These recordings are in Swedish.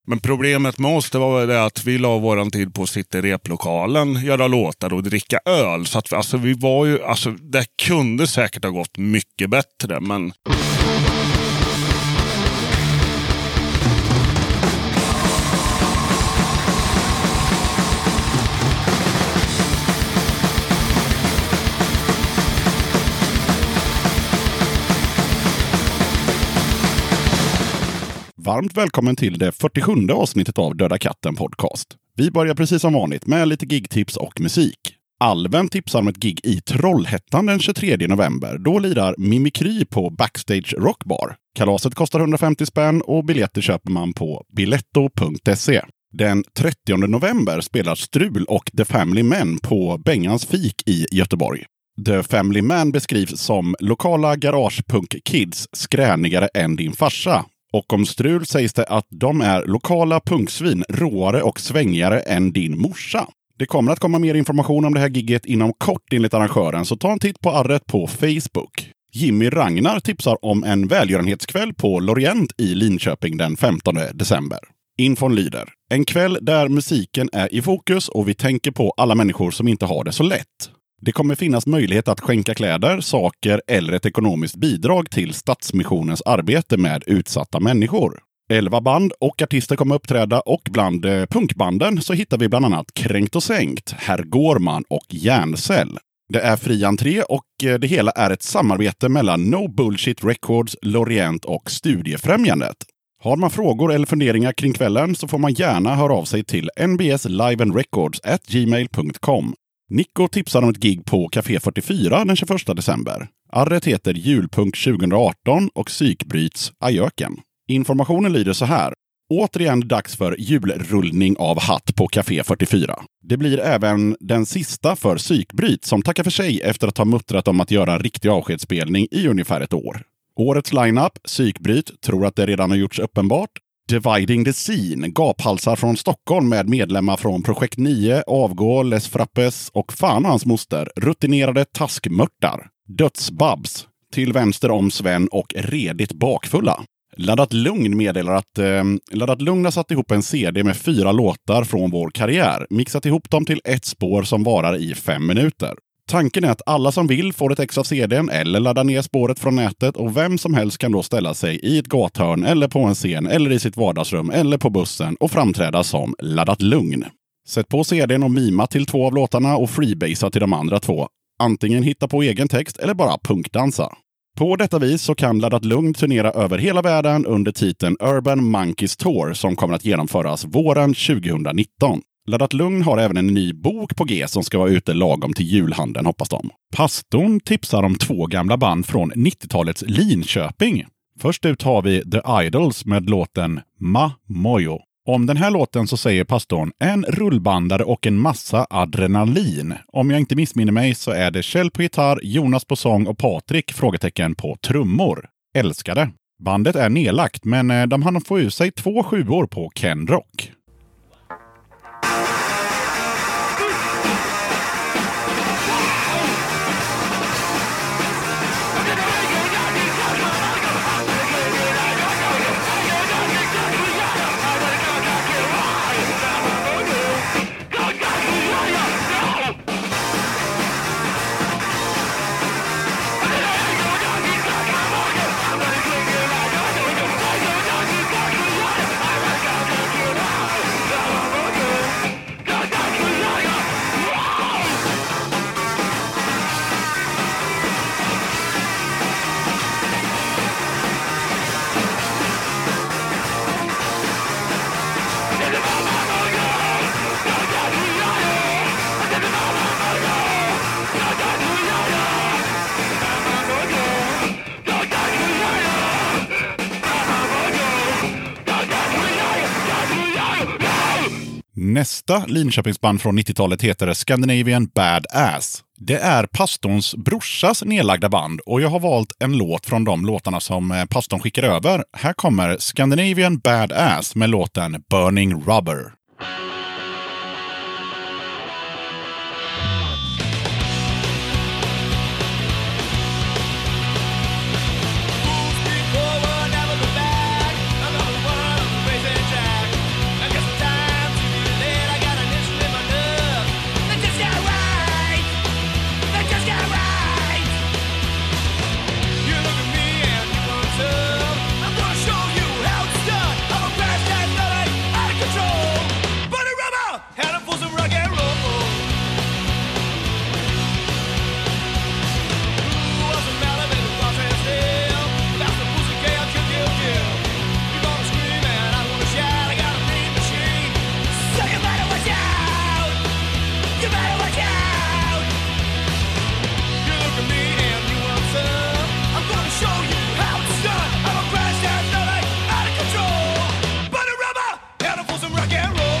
Men problemet med oss, det var det att vi la våran tid på att sitta i replokalen, göra låtar och dricka öl. Så att vi var ju, det kunde säkert ha gått mycket bättre, men... Varmt välkommen till det 47:e avsnittet av Döda katten podcast. Vi börjar precis som vanligt med lite gigtips och musik. Alven tipsar om ett gig i Trollhättan den 23 november. Då lirar Mimikry på Backstage Rockbar. Kalaset kostar 150 spänn och biljetter köper man på biletto.se. Den 30 november spelar Strul och The Family Men på Bengans fik i Göteborg. The Family Man beskrivs som lokala garagepunk-kids skränigare än din farsa. Och om Strul sägs det att de är lokala punksvin, råare och svängigare än din morsa. Det kommer att komma mer information om det här gigget inom kort enligt arrangören, så ta en titt på arret på Facebook. Jimmy Ragnar tipsar om en välgörenhetskväll på Lorient i Linköping den 15 december. Infon lyder: en kväll där musiken är i fokus och vi tänker på alla människor som inte har det så lätt. Det kommer finnas möjlighet att skänka kläder, saker eller ett ekonomiskt bidrag till Stadsmissionens arbete med utsatta människor. 11 band och artister kommer uppträda och bland punkbanden så hittar vi bland annat Kränkt och Sänkt, Herr Gårman och Järncell. Det är fri entré och det hela är ett samarbete mellan No Bullshit Records, Lorient och Studiefrämjandet. Har man frågor eller funderingar kring kvällen så får man gärna höra av sig till nbsliveandrecords@gmail.com. Nico tipsar om ett gig på Café 44 den 21 december. Arret heter Julpunk 2018 och psykbryts Ajöken. Informationen lyder så här: återigen dags för julrullning av hatt på Café 44. Det blir även den sista för psykbryt som tackar för sig efter att ha muttrat om att göra en riktig avskedsspelning i ungefär ett år. Årets lineup, psykbryt, tror att det redan har gjorts uppenbart. Dividing the Scene, gaphalsar från Stockholm med medlemmar från Projekt 9, Avgå, Les Frappes och fan hans moster, rutinerade taskmörtar. Dödsbabs, till vänster om Sven och redigt bakfulla. Laddat Lugn meddelar att Laddat Lugn har satt ihop en CD med 4 låtar från vår karriär, mixat ihop dem till ett spår som varar i 5 minuter. Tanken är att alla som vill får ett ex av CDn eller ladda ner spåret från nätet och vem som helst kan då ställa sig i ett gathörn eller på en scen eller i sitt vardagsrum eller på bussen och framträda som Laddat Lugn. Sätt på CDn och mima till 2 av låtarna och freebasea till de andra 2. Antingen hitta på egen text eller bara punkdansa. På detta vis så kan Laddat Lugn turnera över hela världen under titeln Urban Monkeys Tour som kommer att genomföras våren 2019. Laddat Lugn har även en ny bok på G som ska vara ute lagom till julhandeln, hoppas de. Pastorn tipsar om 2 gamla band från 90-talets Linköping. Först ut har vi The Idols med låten Ma Mojo. Om den här låten så säger pastorn en rullbandare och en massa adrenalin. Om jag inte missminner mig så är det Kjell på gitarr, Jonas på sång och Patrik frågetecken på trummor. Älskade. Bandet är nedlagt men de hann få ur sig 2 7-år på Ken Rock. Nästa Linköpingsband från 90-talet heter Scandinavian Bad Ass. Det är pastorns brorsas nedlagda band och jag har valt en låt från de låtarna som pastorn skickar över. Här kommer Scandinavian Bad Ass med låten Burning Rubber. rock and roll.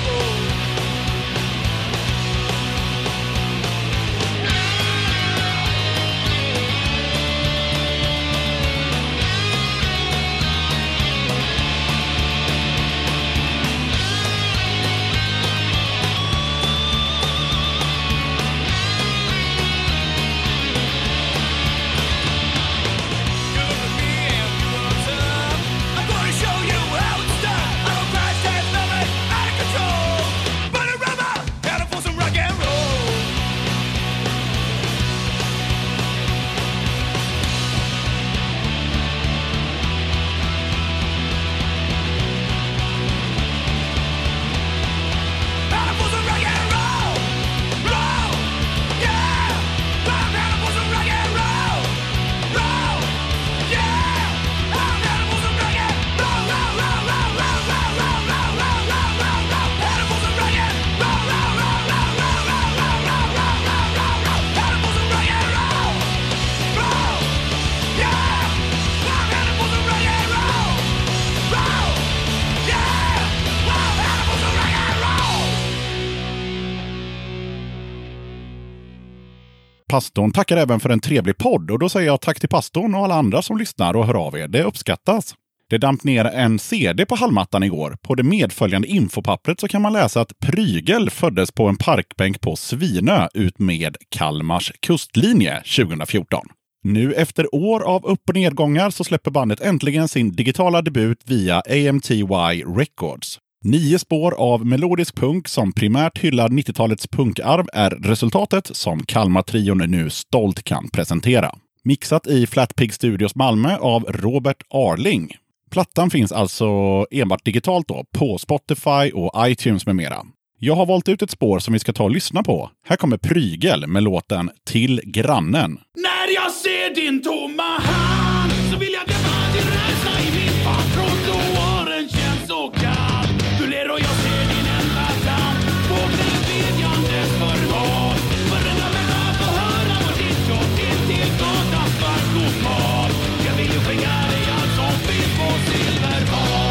Pastorn tackar även för en trevlig podd och då säger jag tack till pastorn och alla andra som lyssnar och hör av er. Det uppskattas. Det damp ner en CD på hallmattan igår. På det medföljande infopappret så kan man läsa att Prygel föddes på en parkbänk på Svinö ut med Kalmars kustlinje 2014. Nu efter år av upp- och nedgångar så släpper bandet äntligen sin digitala debut via AMTY Records. 9 spår av melodisk punk som primärt hyllar 90-talets punkarv är resultatet som Kalmar-trion nu stolt kan presentera. Mixat i Flat Pig Studios Malmö av Robert Arling. Plattan finns alltså enbart digitalt då, på Spotify och iTunes med mera. Jag har valt ut ett spår som vi ska ta och lyssna på. Här kommer Prygel med låten Till grannen. När jag ser din tomma hand så vill jag glömma din rädsla i min patron då åren känns så kall. Du ler och jag ser din enda fram. Fåglar bedjandes förval. Varenda människa får höra vad ditt jobb är till gatan svart och smal. Jag vill ju skicka dig allt som finns på silverval.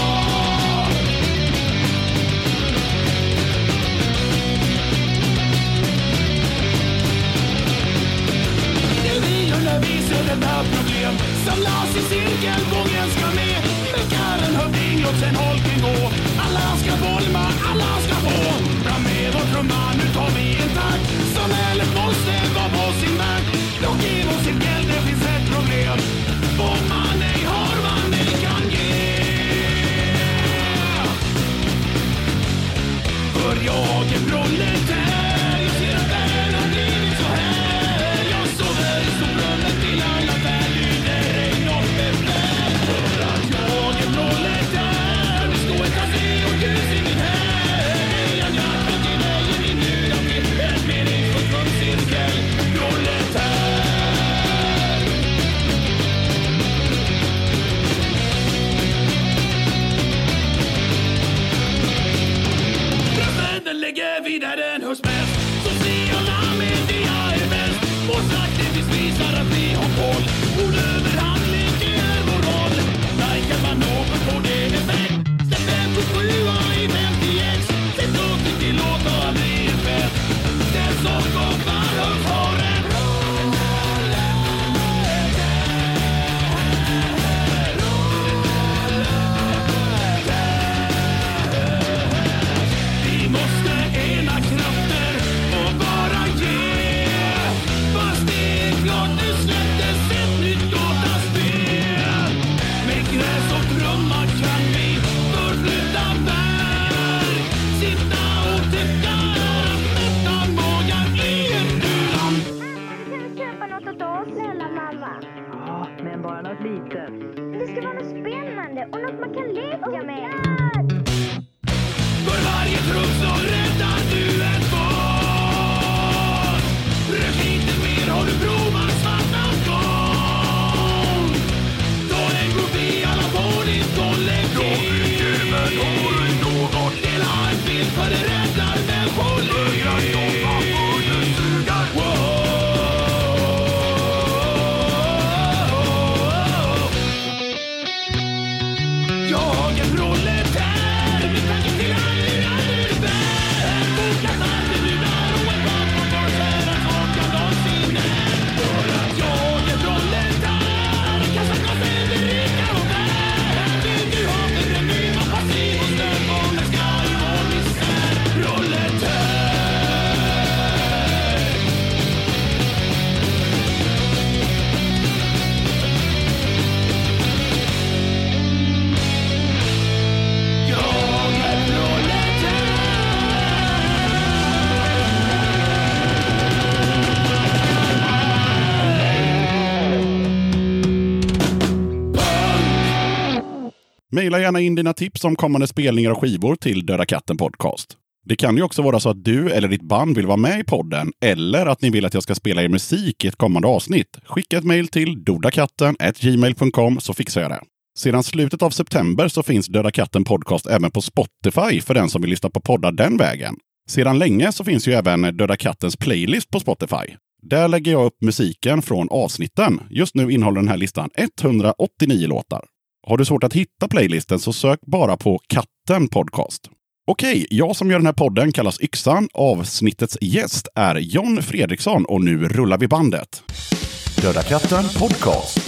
När vi ser detta problem samlas i cirkel, gången ska med. Mäckaren, hövding och sen holken gå. Alla ska bolma, alla ska få. Fram med vår trumma, nu tar vi en takt. Samhället måste vara på sin vakt. Lock in och cirkel, det finns ett problem. Om man ej har, man ej kan ge. För jag är proletär, jag ser att världen har blivit så här. Jag sover i solbrunnet till alla färglyder, regn och befär. För att jag är proletär, det står ett kassé och ljus i min här. Jag hjärtar till mig i min nu, jag blir ett meningsfull trumcirkel. Proletär. Den lägger vidare den hörs mest. Så ser jag med det jag är bäst. Och saktigtvis visar att vi har koll. Ord över handling är vår roll. Likar man något på det effekt. Släpp en på 7 i 50x. Sätt duktigt till låt och aldrig en fett. Den som skapar hörs har en roll. Vi måste ena krafter och bara ge. Fast det är klart nu släpptes ett nytt dataspel. Med gräs och drömmar kan vi förflytta berg. Sitta och titta att nästan magar i en dulan. Kan vi köpa något åt oss? Snälla mamma. Ja, men bara något litet. Det ska vara något spännande och något man kan leka med. För varje trupp så räddar du ett barn. Rök lite mer, har du provat svarta gång. Ta en groupie, alla på ditt kollektiv. Dela en bild för det räddar människoliv. Jag är proletär, min tanke till alla. Maila gärna in dina tips om kommande spelningar och skivor till Döda katten podcast. Det kan ju också vara så att du eller ditt band vill vara med i podden eller att ni vill att jag ska spela er musik i ett kommande avsnitt. Skicka ett mejl till dodakatten@gmail.com så fixar jag det. Sedan slutet av september så finns Döda katten podcast även på Spotify för den som vill lyssna på poddar den vägen. Sedan länge så finns ju även Döda kattens playlist på Spotify. Där lägger jag upp musiken från avsnitten. Just nu innehåller den här listan 189 låtar. Har du svårt att hitta playlisten så sök bara på Katten podcast. Okej, jag som gör den här podden kallas Yxan. Avsnittets gäst är John Fredriksson och nu rullar vi bandet. Döda katten podcast.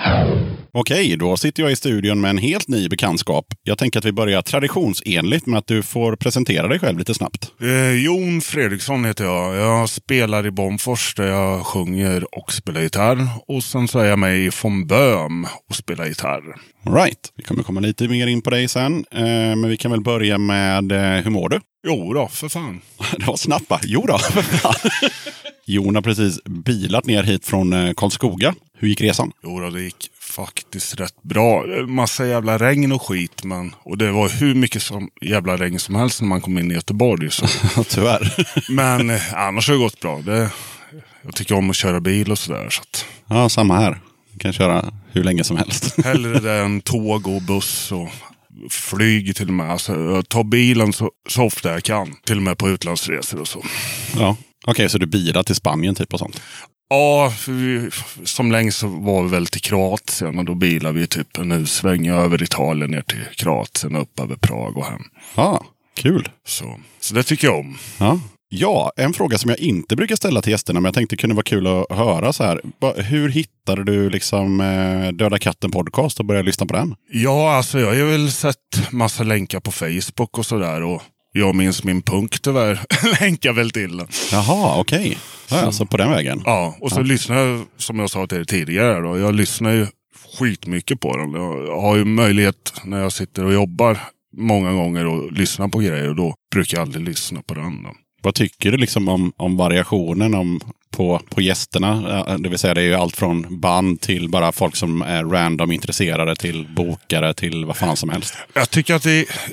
Okej, då sitter jag i studion med en helt ny bekantskap. Jag tänker att vi börjar traditionsenligt med att du får presentera dig själv lite snabbt. Jon Fredriksson heter jag. Jag spelar i Bomfors där jag sjunger och spelar gitarr. Och sen så är jag med i von Böhm och spelar gitarr. Right, vi kommer komma lite mer in på dig sen. Men vi kan väl börja med, hur mår du? Jo då, för fan. Det var snabbt va? Jo då, för fan. Jon har precis bilat ner hit från Karlskoga. Hur gick resan? Jo då, det gick faktiskt rätt bra. Massa jävla regn och skit. Och det var hur mycket som jävla regn som helst när man kom in i Göteborg. Så. Tyvärr. Men annars har det gått bra. Jag tycker om att köra bil och sådär. Så att... Ja, samma här. Jag kan köra hur länge som helst. Hellre det än tåg och buss och flyg till och med. Alltså, jag tar bilen så ofta jag kan. Till och med på utlandsresor och så. Ja, okej, så du bilar till Spanien typ och sånt? Ja, som längst så var vi väl till Kroatien och då bilar vi typ en usväng över Italien ner till Kroatien och upp över Prag och hem. Ja, kul. Så det tycker jag om. Ja, en fråga som jag inte brukar ställa till gästerna men jag tänkte det kunde vara kul att höra så här. Hur hittade du liksom Döda katten podcast och började lyssna på den? Ja, alltså jag har ju väl sett massa länkar på Facebook och sådär och jag minns min punk tyvärr länkar väl till den. Jaha, okej. Ja, alltså på den vägen. Ja, och så lyssnar jag, som jag sa till er tidigare då, jag lyssnar ju skitmycket på den. Jag har ju möjlighet när jag sitter och jobbar många gånger och lyssnar på grejer och då brukar jag aldrig lyssna på den då. Vad tycker du liksom om variationen på gästerna? Det vill säga det är ju allt från band till bara folk som är random intresserade till bokare till vad fan som helst. Jag tycker att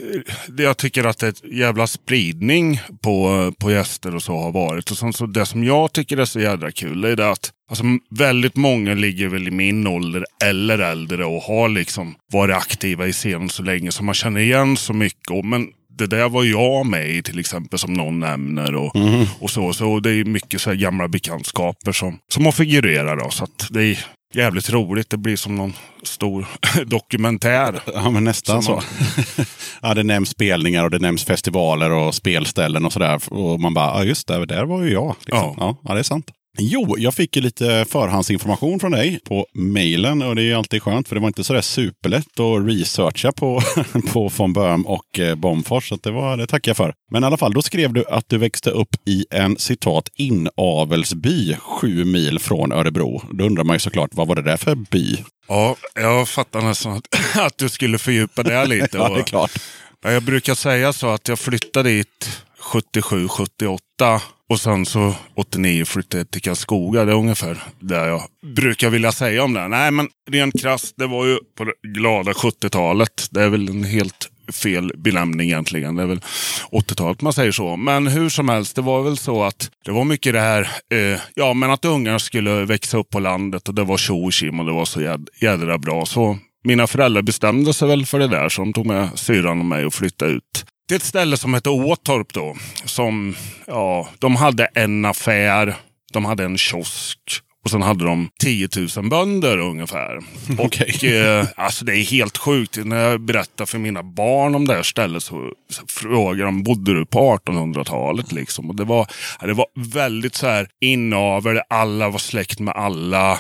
det är ett jävla spridning på gäster och så har varit. Och så det som jag tycker är så jävla kul är det att alltså, väldigt många ligger väl i min ålder eller äldre och har liksom varit aktiva i scenen så länge så man känner igen så mycket. Men det där var jag med i till exempel som någon nämner och så det är mycket så här gamla bekantskaper som har figurerat då, så att det är jävligt roligt. Det blir som någon stor dokumentär. Ja, men nästan så. Ja, det nämns spelningar och det nämns festivaler och spelställen och sådär. Och man bara, ja just det, där var ju jag. Liksom. Ja, det är sant. Jo, jag fick ju lite förhandsinformation från dig på mejlen och det är ju alltid skönt för det var inte så där superlätt att researcha på von Böhm och Bomfors så det tackar jag för. Men i alla fall, då skrev du att du växte upp i en citat inavelsby 7 mil från Örebro. Då undrar man ju såklart, vad var det där för by? Ja, jag fattar nästan att du skulle fördjupa det lite. Ja, det är klart. Jag brukar säga så att jag flyttade dit 77-78 och sen så 89 flyttade jag till Karlskoga. Det är ungefär där jag brukar vilja säga om det. Nej, men rent krasst, det var ju på det glada 70-talet. Det är väl en helt fel benämning egentligen. Det är väl 80-talet man säger så. Men hur som helst, det var väl så att det var mycket det här, men att ungar skulle växa upp på landet och det var tjo och kim och det var så jädra bra. Så mina föräldrar bestämde sig väl för det där så de tog med syran och mig och flyttade ut. Det är ett ställe som heter Åtorp då. Som, de hade en affär, de hade en kiosk och sen hade de 10 000 bönder ungefär. Okay. Och alltså det är helt sjukt. När jag berättar för mina barn om det här stället så frågar de, bodde du på 1800-talet liksom? Och det var väldigt så här inavel, alla var släkt med alla.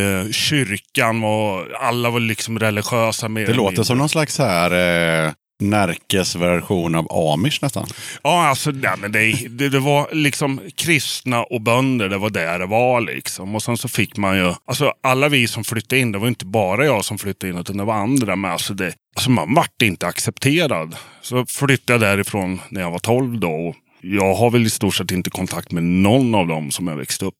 Kyrkan alla var liksom religiösa med. Det låter som någon slags här Närkes version av Amish nästan. Ja, alltså men det var liksom kristna och bönder, det var där det var liksom. Och sen så fick man ju, alltså alla vi som flyttade in, det var inte bara jag som flyttade in utan det var andra, men alltså man vart inte accepterad. Så flyttade jag därifrån när jag var 12 då. Och jag har väl i stort sett inte kontakt med någon av dem som jag växte upp med.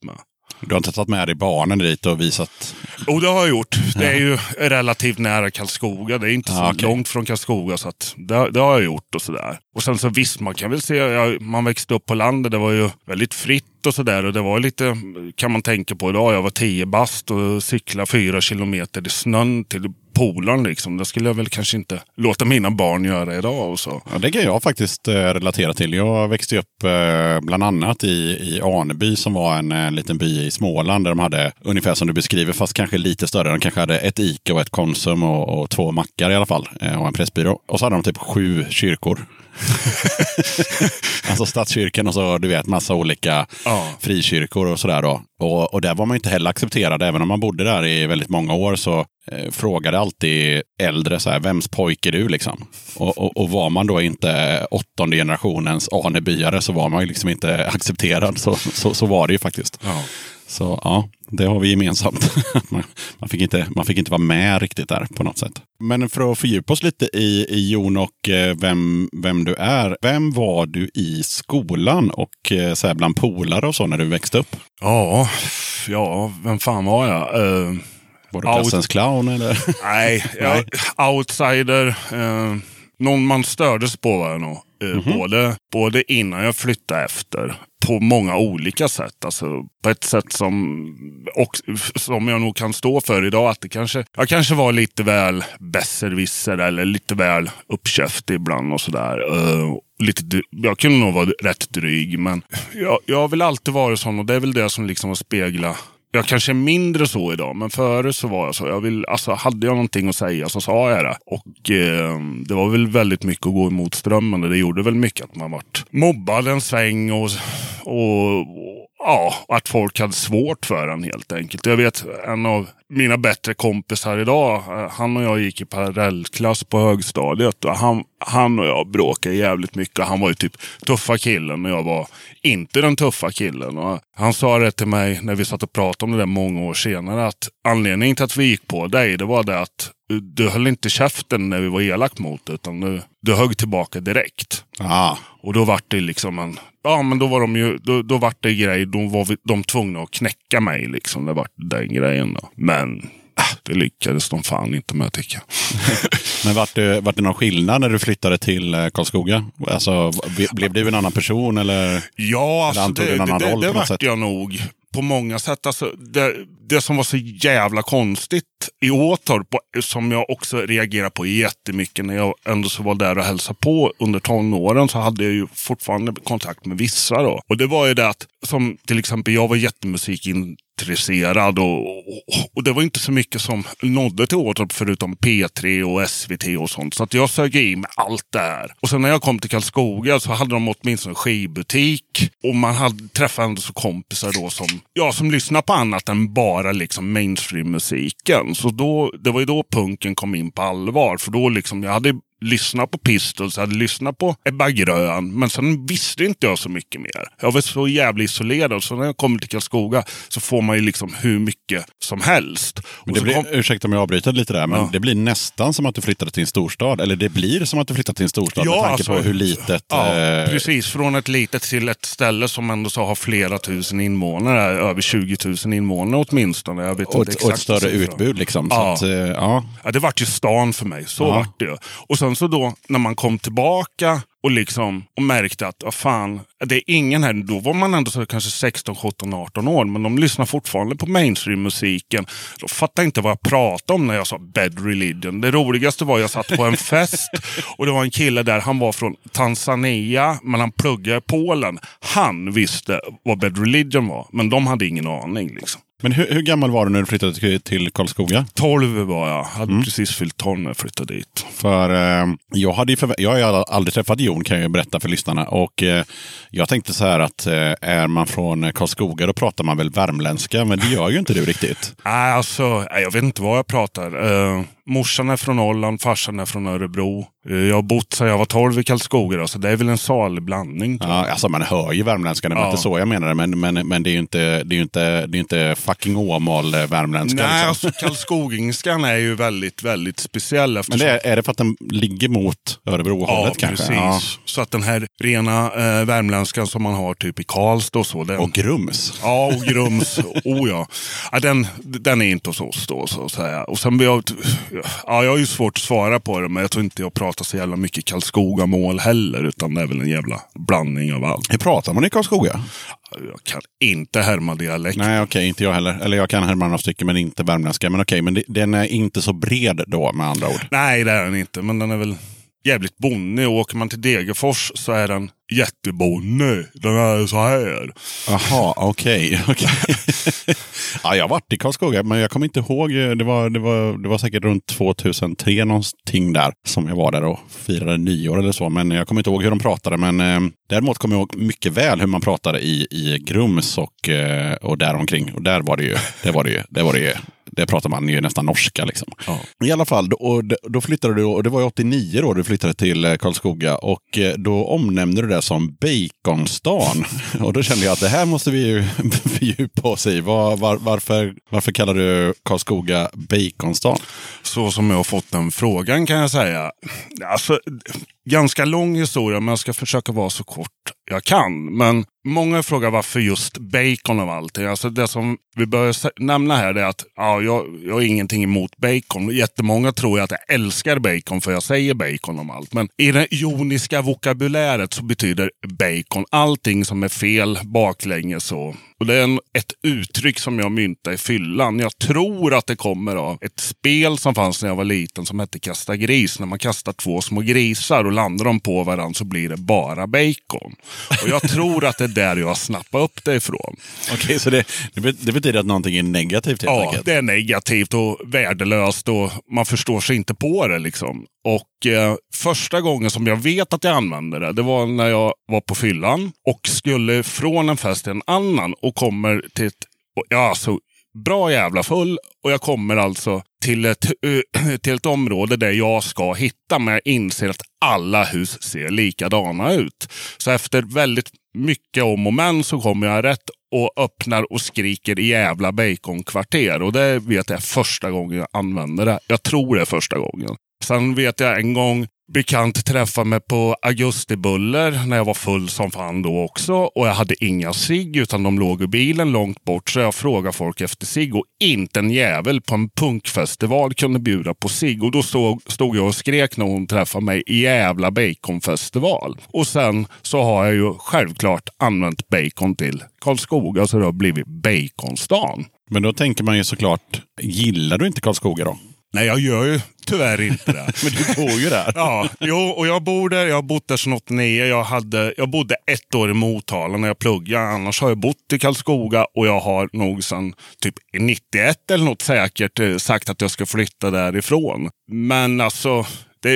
Du har inte tagit med dig barnen dit och visat? Och det har jag gjort. Det är ju relativt nära Karlskoga. Det är inte så långt från Karlskoga, så att det har jag gjort och sådär. Och sen så visst, man kan väl se, man växte upp på landet, det var ju väldigt fritt och sådär. Och det var lite, kan man tänka på idag, jag var 10 bast och cykla 4 kilometer i snön till polen liksom. Det skulle jag väl kanske inte låta mina barn göra idag och så. Ja, det kan jag faktiskt relatera till. Jag växte upp bland annat i Arneby, som var en liten by i Småland, där de hade ungefär som du beskriver, fast kanske lite större. De kanske hade ett Ica och ett Konsum och 2 mackar i alla fall, och en pressbyrå. Och så hade de typ 7 kyrkor. Alltså stadskyrkan och så, du vet, massa olika frikyrkor och sådär då. Och där var man inte heller accepterad. Även om man bodde där i väldigt många år så frågade alltid äldre så här, vems pojke är du liksom? Och var man då inte 8:e generationens Arnebyare så var man ju liksom inte accepterad. Så var det ju faktiskt. Ja. Så ja, det har vi gemensamt. man fick inte vara med riktigt där på något sätt. Men för att fördjupa oss lite i Jon och vem du är. Vem var du i skolan och så här, bland polare och så när du växte upp? Ja, vem fan var jag? Var du klassens clown eller? Nej, outsider. Någon man stördes på var jag nog. Både innan jag flyttade efter. På många olika sätt. Alltså på ett sätt som jag nog kan stå för idag. Att jag kanske var lite väl besserwisser eller lite väl uppkäft ibland och sådär. Jag kunde nog vara rätt dryg, men jag har väl alltid varit sån, och det är väl det som liksom har speglat. Jag kanske är mindre så idag, men före så var jag så. Hade jag någonting att säga så sa jag det. Och det var väl väldigt mycket att gå emot strömmen. Det gjorde väl mycket att man vart mobbad en sväng och att folk hade svårt för en helt enkelt. Jag vet, en av mina bättre kompisar idag, han och jag gick i parallellklass på högstadiet. Och han och jag bråkade jävligt mycket. Han var ju typ tuffa killen och jag var inte den tuffa killen. Och han sa det till mig när vi satt och pratade om det där många år senare, att anledningen till att vi gick på dig, det var det att du höll inte käften när vi var elak mot det, utan du högg tillbaka direkt. Och då var det liksom men då var de ju, då var det grej, då var de tvungna att knäcka mig liksom, det var den grejen då. Men det lyckades de fan inte med, tycker jag. Men vart det någon skillnad när du flyttade till Karlskoga? Alltså, blev du en annan person eller? Ja, alltså, det vart jag nog på många sätt. Alltså, det som var så jävla konstigt i Åtorp, som jag också reagerar på jättemycket när jag ändå så var där och hälsade på under tonåren, så hade jag ju fortfarande kontakt med vissa då. Och det var ju det att, som till exempel, jag var jättemusikintresserad och det var inte så mycket som nådde till Åtorp förutom P3 och SVT och sånt. Så att jag sög i med allt där. Och sen när jag kom till Karlskoga så hade de åtminstone en skivbutik. Och man hade träffat ändå så kompisar då som lyssnar på annat än bara liksom mainstream-musiken. Så det var ju då punken kom in på allvar. För då liksom, jag hade lyssnat på Pistols, jag hade lyssnat på Ebba Grön, men sen visste inte jag så mycket mer. Jag var så jävla isolerad, så när jag kommer till Karlskoga så får man ju liksom hur mycket som helst. Men det blir, ursäkta om jag avbryter lite där, men det blir nästan som att du flyttade till en storstad, eller det blir som att du flyttade till en storstad med tanke på hur litet... Ja, precis. Från ett litet till ett ställe som ändå så har flera tusen invånare, över 20 000 invånare åtminstone. Jag vet inte exakt. Och ett större utbud liksom. Ja. Så att, ja, det vart ju stan för mig, så vart det. Och sen så då, när man kom tillbaka och märkte att, fan, det är ingen här. Då var man ändå så kanske 16, 17, 18 år. Men de lyssnar fortfarande på mainstream-musiken. De fattade inte vad jag pratade om när jag sa Bad Religion. Det roligaste var att jag satt på en fest. Och det var en kille där, han var från Tanzania, men han pluggade i Polen. Han visste vad Bad Religion var. Men de hade ingen aning liksom. Men hur gammal var du när du flyttade till Karlskoga? 12 var jag. Hade precis fyllt 12 när jag flyttade dit. För jag har aldrig träffat Jon, kan jag berätta för lyssnarna. Och jag tänkte så här att är man från Karlskoga då pratar man väl värmländska. Men det gör ju inte du riktigt. Nej, alltså, jag vet inte vad jag pratar. morsan är från Holland, farsan är från Örebro. Jag har bott sedan jag var 12 i Karlskoga, så det är väl en salig blandning. Ja, alltså man hör ju värmländska, det var inte så jag menade, men det är ju inte fucking Åmål värmländska. Nej, liksom. alltså Karlskogingskan är ju väldigt, väldigt speciell. Eftersom... Men är det för att den ligger mot Örebro-hållet kanske? Precis. Ja, så att den här rena värmländskan som man har typ i Karlstad och så. Och Grums. Ja, och Grums. Ja, den är inte hos oss då, så att säga. Och sen jag har ju svårt att svara på det, men jag tror inte jag pratar så jävla mycket Karlskoga-mål heller, utan det är väl en jävla blandning av allt. Hur pratar man i Karlskoga? Jag kan inte härma dialekt. Nej, okej, inte jag heller. Eller jag kan härma några stycken, men inte värmländska. Men okej, men den är inte så bred då, med andra ord. Nej, det är den inte, men den är väl jävligt bonnig. Och åker man till Degerfors så är den jättebonnig. Den är så här. Jaha, okej. Ja, jag har varit i Karlskoga, men jag kommer inte ihåg. Det var säkert runt 2003 någonting där som jag var där och firade nyår eller så. Men jag kommer inte ihåg hur de pratade. Men däremot kommer jag ihåg mycket väl hur man pratade i Grums och däromkring. Och där var det ju. Det pratar man ju nästan norska liksom. Ja. I alla fall, då flyttade du, och det var ju 89 då du flyttade till Karlskoga, och då omnämnde du det som Baconstan. Och då kände jag att det här måste vi ju fördjupa oss i. Varför kallar du Karlskoga Baconstan? Så som jag har fått den frågan kan jag säga. Alltså, ganska lång historia, men jag ska försöka vara så kort jag kan. Men många frågar varför just bacon av allting. Alltså det som vi börjar nämna här är att jag har ingenting emot bacon. Jättemånga tror att jag älskar bacon för jag säger bacon om allt. Men i det joniska vokabuläret så betyder bacon allting som är fel baklänges så. Och det är ett uttryck som jag myntade i fyllan. Jag tror att det kommer av ett spel som fanns när jag var liten som hette Kasta gris. När man kastar 2 små grisar och landar dem på varandra så blir det bara bacon. Och jag tror att det är där jag snappar upp det ifrån. Okej, så det betyder att någonting är negativt helt enkelt? Ja, det är negativt och värdelöst och man förstår sig inte på det liksom. Och första gången som jag vet att jag använde det var när jag var på fyllan och skulle från en fest till en annan och kommer till ett bra jävla full, och jag kommer alltså till ett område där jag ska hitta, men jag inser att alla hus ser likadana ut. Så efter väldigt mycket om och men så kommer jag rätt och öppnar och skriker jävla baconkvarter, och det vet jag första gången jag använder det. Jag tror det är första gången. Sen vet jag en gång bekant träffa mig på Augustibuller när jag var full som fan då också. Och jag hade inga cigg utan de låg i bilen långt bort. Så jag frågade folk efter cigg och inte en jävel på en punkfestival kunde bjuda på cigg. Och då stod jag och skrek när hon träffade mig i jävla baconfestival. Och sen så har jag ju självklart använt bacon till Karlskoga, så det har blivit Baconstan. Men då tänker man ju såklart, gillar du inte Karlskoga då? Nej, jag gör ju tyvärr inte det. Men du bor ju där. Ja, och jag bor där. Jag har bott där sedan 89. Jag bodde 1 år i Motala när jag pluggade. Annars har jag bott i Karlskoga och jag har nog sedan typ 91 eller något säkert sagt att jag ska flytta därifrån. Men alltså... Det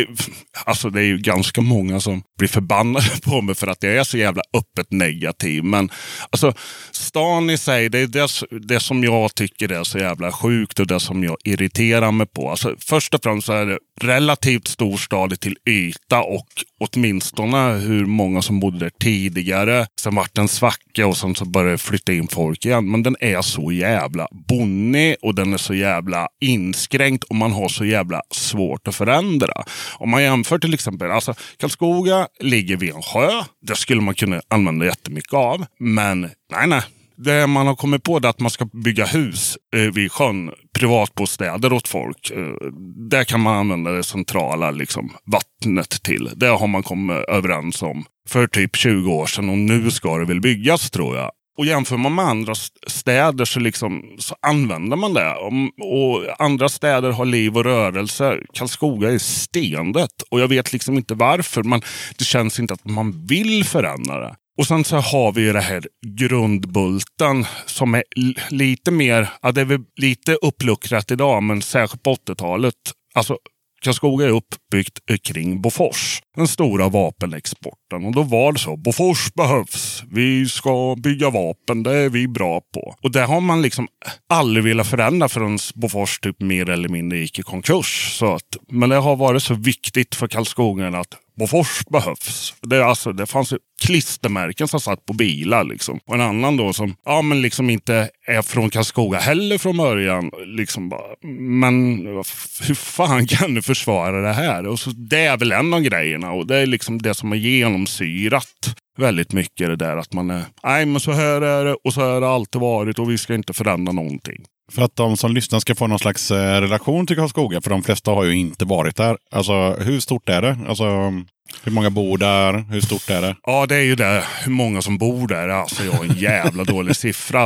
är ju ganska många som blir förbannade på mig för att jag är så jävla öppet negativ. Men alltså, stan i sig, det är det som jag tycker är så jävla sjukt och det som jag irriterar mig på. Alltså, först och främst så är det relativt stor stad till yta och åtminstone hur många som bodde där tidigare. Sen vart en svacka och sen så började flytta in folk igen. Men den är så jävla bonnig och den är så jävla inskränkt och man har så jävla svårt att förändra. Om man jämför till exempel, alltså Karlskoga ligger vid en sjö. Det skulle man kunna använda jättemycket av. Men nej. Det man har kommit på är att man ska bygga hus vid sjön, privatbostäder åt folk. Där kan man använda det centrala liksom, vattnet till. Det har man kommit överens om för typ 20 år sedan och nu ska det väl byggas tror jag. Och jämför man med andra städer så använder man det. Och andra städer har liv och rörelse. Karlskoga är stendött. Och jag vet liksom inte varför. Men det känns inte att man vill förändra det. Och sen så har vi ju det här grundbulten som är lite mer, det är väl lite uppluckrat idag men särskilt på 80-talet. Alltså Karlskoga är uppbyggt kring Bofors, den stora vapenexporten. Och då var det så, Bofors behövs, vi ska bygga vapen, det är vi bra på. Och det har man liksom aldrig velat förändra förrän Bofors typ mer eller mindre gick i konkurs. Så att, men det har varit så viktigt för Karlskoga att Bofors behövs. Det fanns ju klistermärken som satt på bilar liksom. Och en annan då som men liksom inte är från Karlskoga heller från början. Liksom bara, men hur fan kan du försvara det här? Och så det är väl en av grejerna. Och det är liksom det som har genomsyrat väldigt mycket det där. Att man är, nej men så här är det och så har det alltid varit och vi ska inte förändra någonting. För att de som lyssnar ska få någon slags relation till Karlskoga, för de flesta har ju inte varit där. Alltså, hur stort är det? Alltså, hur många bor där? Hur stort är det? Ja, det är ju det. Hur många som bor där. Alltså, jag har en jävla dålig siffra.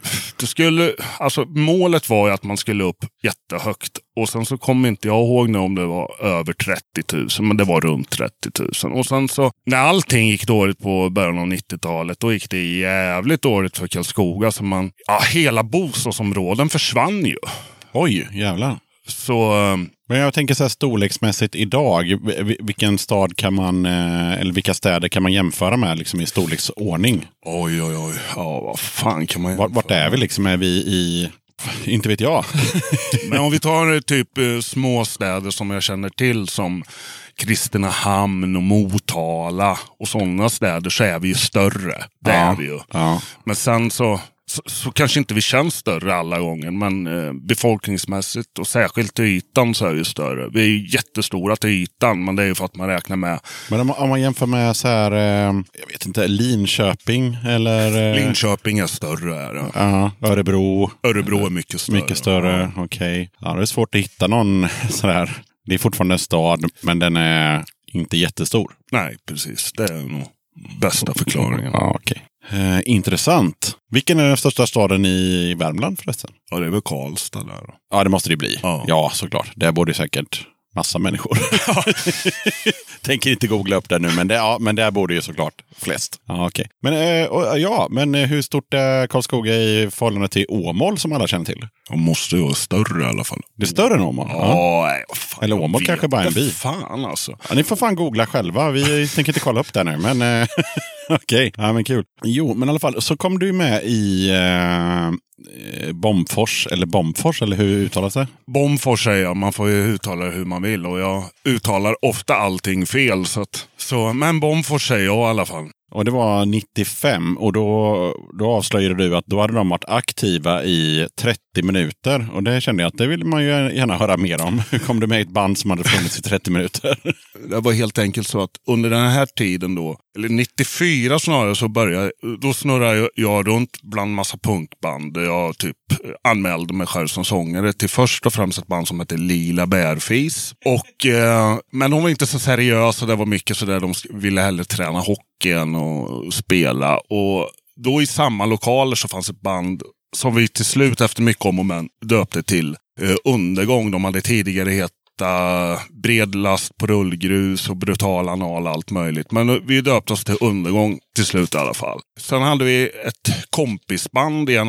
Alltså, målet var ju att man skulle upp jättehögt. Och sen så kommer inte jag ihåg nu om det var över 30 000. Men det var runt 30 000. Och sen så, när allting gick dåligt på början av 90-talet, då gick det jävligt dåligt för Karlskoga. Så hela bostadsområden försvann ju. Oj, jävlar. Så... Men jag tänker så här storleksmässigt idag, vilken stad kan man, eller vilka städer kan man jämföra med liksom i storleksordning? Oj. Ja, vad fan kan man jämföra? Vart är vi liksom? Är vi i... Inte vet jag. Men om vi tar typ små städer som jag känner till som Kristinehamn och Motala och sådana städer, så är vi ju större. Det är vi ju. Ja. Men sen så kanske inte vi känns större alla gånger, men befolkningsmässigt och särskilt till ytan så är vi större. Vi är ju jättestora till ytan, men det är ju för att man räknar med. Men om man jämför med så här, jag vet inte, Linköping eller... Linköping är större är det. Ja, Örebro. Örebro är mycket större. Mycket större, ja. Okej. Ja, det är svårt att hitta någon sådär. Det är fortfarande en stad, men den är inte jättestor. Nej, precis. Det är nog bästa förklaringen. Ja, okej. Intressant. Vilken är den största staden i Värmland förresten? Ja, det är väl Karlstad där. Ja, det måste det bli. Ja, såklart. Där bor det säkert massa människor. Tänker inte googla upp det nu, men där bor det ju såklart flest. Ja, okej. Men hur stort är Karlskoga i förhållande till Åmål som alla känner till? De måste ju vara större i alla fall. Det är större än Åmål? Fan, eller Åmål kanske bara en bit. Fan alltså. Ja, ni får fan googla själva. Vi tänker inte kolla upp det nu, men okej. Ja, men kul. Jo, men i alla fall så kom du med i Bomfors eller hur uttalas det? Bomfors säger jag, man får ju uttala det hur man vill och jag uttalar ofta allting fel men Bomfors säger jag i alla fall. Och det var 95 och då avslöjade du att då hade de varit aktiva i 30 minuter. Och det kände jag att det vill man ju gärna höra mer om. Hur kom du med ett band som hade funnits i 30 minuter? Det var helt enkelt så att under den här tiden då, eller 94 snarare, så då snurrade jag runt bland massa punkband. Jag typ anmälde mig själv som sångare till först och främst ett band som heter Lila Bärfis. Men de var inte så seriösa, det var mycket så där de ville hellre träna hockeyn och spela. Och då i samma lokaler så fanns ett band som vi till slut efter mycket om och men döpte till Undergång. De hade tidigare hetat Bredlast på rullgrus och Brutal anal, allt möjligt. Men vi döpte oss till Undergång till slut i alla fall. Sen hade vi ett kompisband i en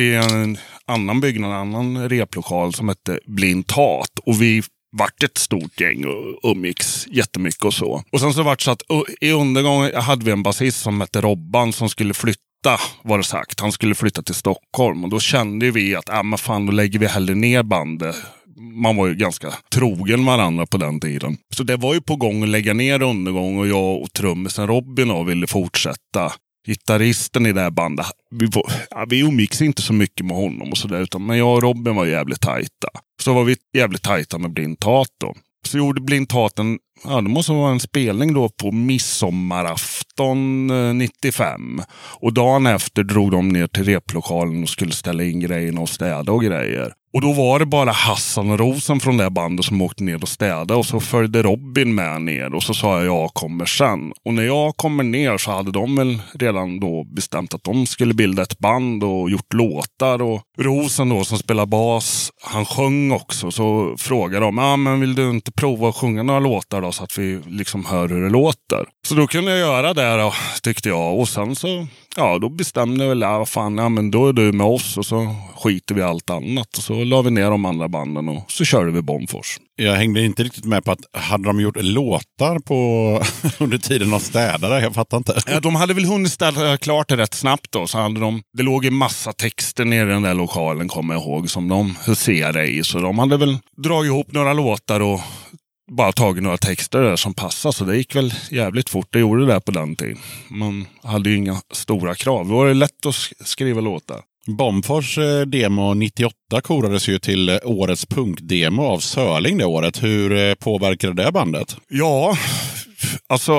annan byggnad, en annan replokal som hette Blind Hat. Och vi vart ett stort gäng och umgicks jättemycket och så. Och sen så vart så att i Undergång hade vi en basist som hette Robban som skulle flytta, var det sagt. Han skulle flytta till Stockholm och då kände vi att men fan, då lägger vi hellre ner bandet. Man var ju ganska trogen varandra på den tiden. Så det var ju på gång att lägga ner Undergång och jag och trummisen Robin ville fortsätta. Gitarristen i det här bandet, vi umgicks inte så mycket med honom och sådär, men jag och Robin var jävligt tajta. Så var vi jävligt tajta med Blind Hat då. Så gjorde Blind Haten, det måste vara en spelning då på midsommarafton 95. Och dagen efter drog de ner till replokalen och skulle ställa in grejerna och städa och grejer. Och då var det bara Hassan och Rosen från det här bandet som åkte ner och städade. Och så följde Robin med ner och så sa jag kommer sen. Och när jag kommer ner så hade de väl redan då bestämt att de skulle bilda ett band och gjort låtar. Och Rosen då som spelar bas, han sjöng också. Så frågade de, men vill du inte prova att sjunga några låtar då så att vi liksom hör hur det låter? Så då kunde jag göra det då, tyckte jag. Och sen så ja, då bestämde väl vad fan, ja, men då är du med oss och så skiter vi allt annat. Och så la vi ner de andra banden och så körde vi Bomfors. Jag hängde inte riktigt med på att hade de gjort låtar på under tiden de städade? Jag fattar inte. Ja, de hade väl hunnit städa klart det rätt snabbt då. Så hade det låg en massa texter nere i den där lokalen, kommer jag ihåg, som de huserade i. Så de hade väl dragit ihop några låtar och bara tagit några texter där som passade. Så det gick väl jävligt fort. Det gjorde det där på den tiden. Man hade ju inga stora krav. Det var lätt att skriva låtar. Bomfors demo 98 korades ju till årets punkdemo av Sörling det året. Hur påverkade det bandet? Ja, alltså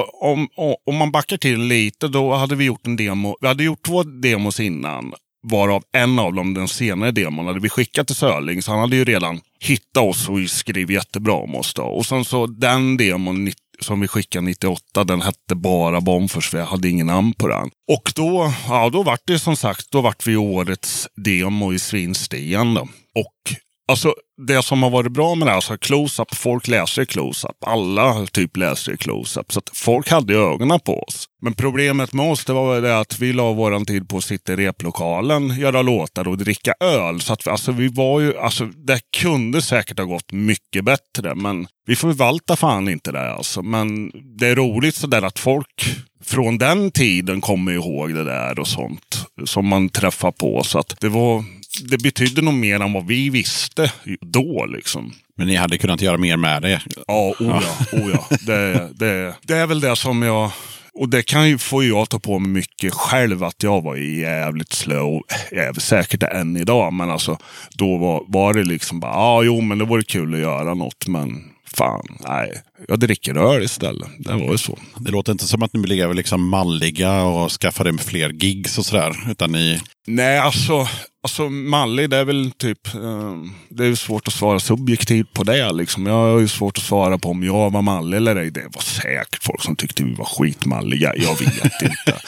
om man backar till lite, då hade vi gjort en demo. Vi hade gjort 2 demos innan, varav en av dem, den senare demon, hade vi skickat till Sörling. Så han hade ju redan hittat oss och skrivit jättebra om oss då. Och sen så den demon som vi skickade 98, den hette bara Bomfors, för jag hade ingen namn på den. Och då vart det som sagt, då vart vi årets demo i Svinsten då. Och alltså det som har varit bra med det här, alltså close-up, folk läser i close-up. Alla typ läser i close-up. Så att folk hade ögonen på oss. Men problemet med oss, det var det att vi la våran tid på att sitta i replokalen, göra låtar och dricka öl. Så att vi var ju, det kunde säkert ha gått mycket bättre. Men vi förvaltar fan inte det alltså. Men det är roligt sådär att folk från den tiden kommer ihåg det där och sånt som man träffar på. Så att det betydde nog mer än vad vi visste då liksom. Men ni hade kunnat göra mer med det? Ja, oja. Det är väl det som jag... Och det får jag ta på mig mycket själv, att jag var jävligt slow. Jag är säkert än idag, men alltså då var det liksom bara, men det vore kul att göra något, men fan, nej. Jag dricker öl istället. Det var ju så. Det låter inte som att ni blev liksom malliga och skaffade fler gigs och sådär, utan ni... Nej, alltså mallig, det är väl typ... det är svårt att svara subjektivt på det liksom. Jag har ju svårt att svara på om jag var mallig eller ej. Det var säkert folk som tyckte vi var skitmalliga. Jag vet inte.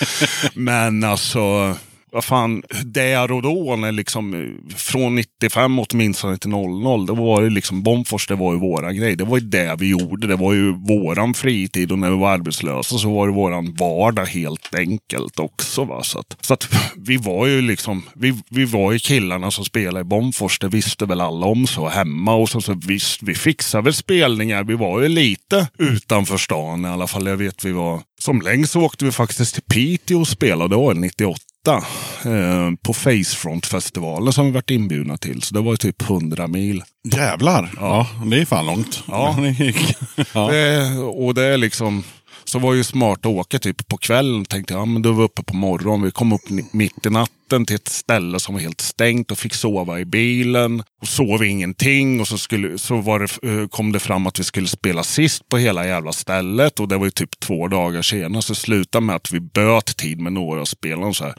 Men alltså... Vad fan, där och då, när liksom från 95 åtminstone till 00, det var ju liksom Bomfors, det var ju våra grej. Det var ju det vi gjorde, det var ju våran fritid, och när vi var arbetslösa så var det våran vardag helt enkelt också, va. Så att vi var ju liksom, vi var ju killarna som spelade i Bomfors, det visste väl alla om så hemma, och så visst, vi fixade väl spelningar, vi var ju lite utanför stan i alla fall. Jag vet, vi var, som längst så åkte vi faktiskt till Piteå och spelade då 98. På Facefront-festivalen som vi varit inbjudna till. Så det var ju typ 100 mil. Jävlar! Ja, det är fan långt. Ja. Och det är liksom... Så var ju smart att åka typ på kvällen. Tänkte jag, men då var vi uppe på morgonen. Vi kom upp mitt i natten till ett ställe som var helt stängt och fick sova i bilen. Och sov ingenting. Och så kom det fram att vi skulle spela sist på hela jävla stället. Och det var ju typ 2 dagar senare. Så slutade med att vi böt tid med några spelare så här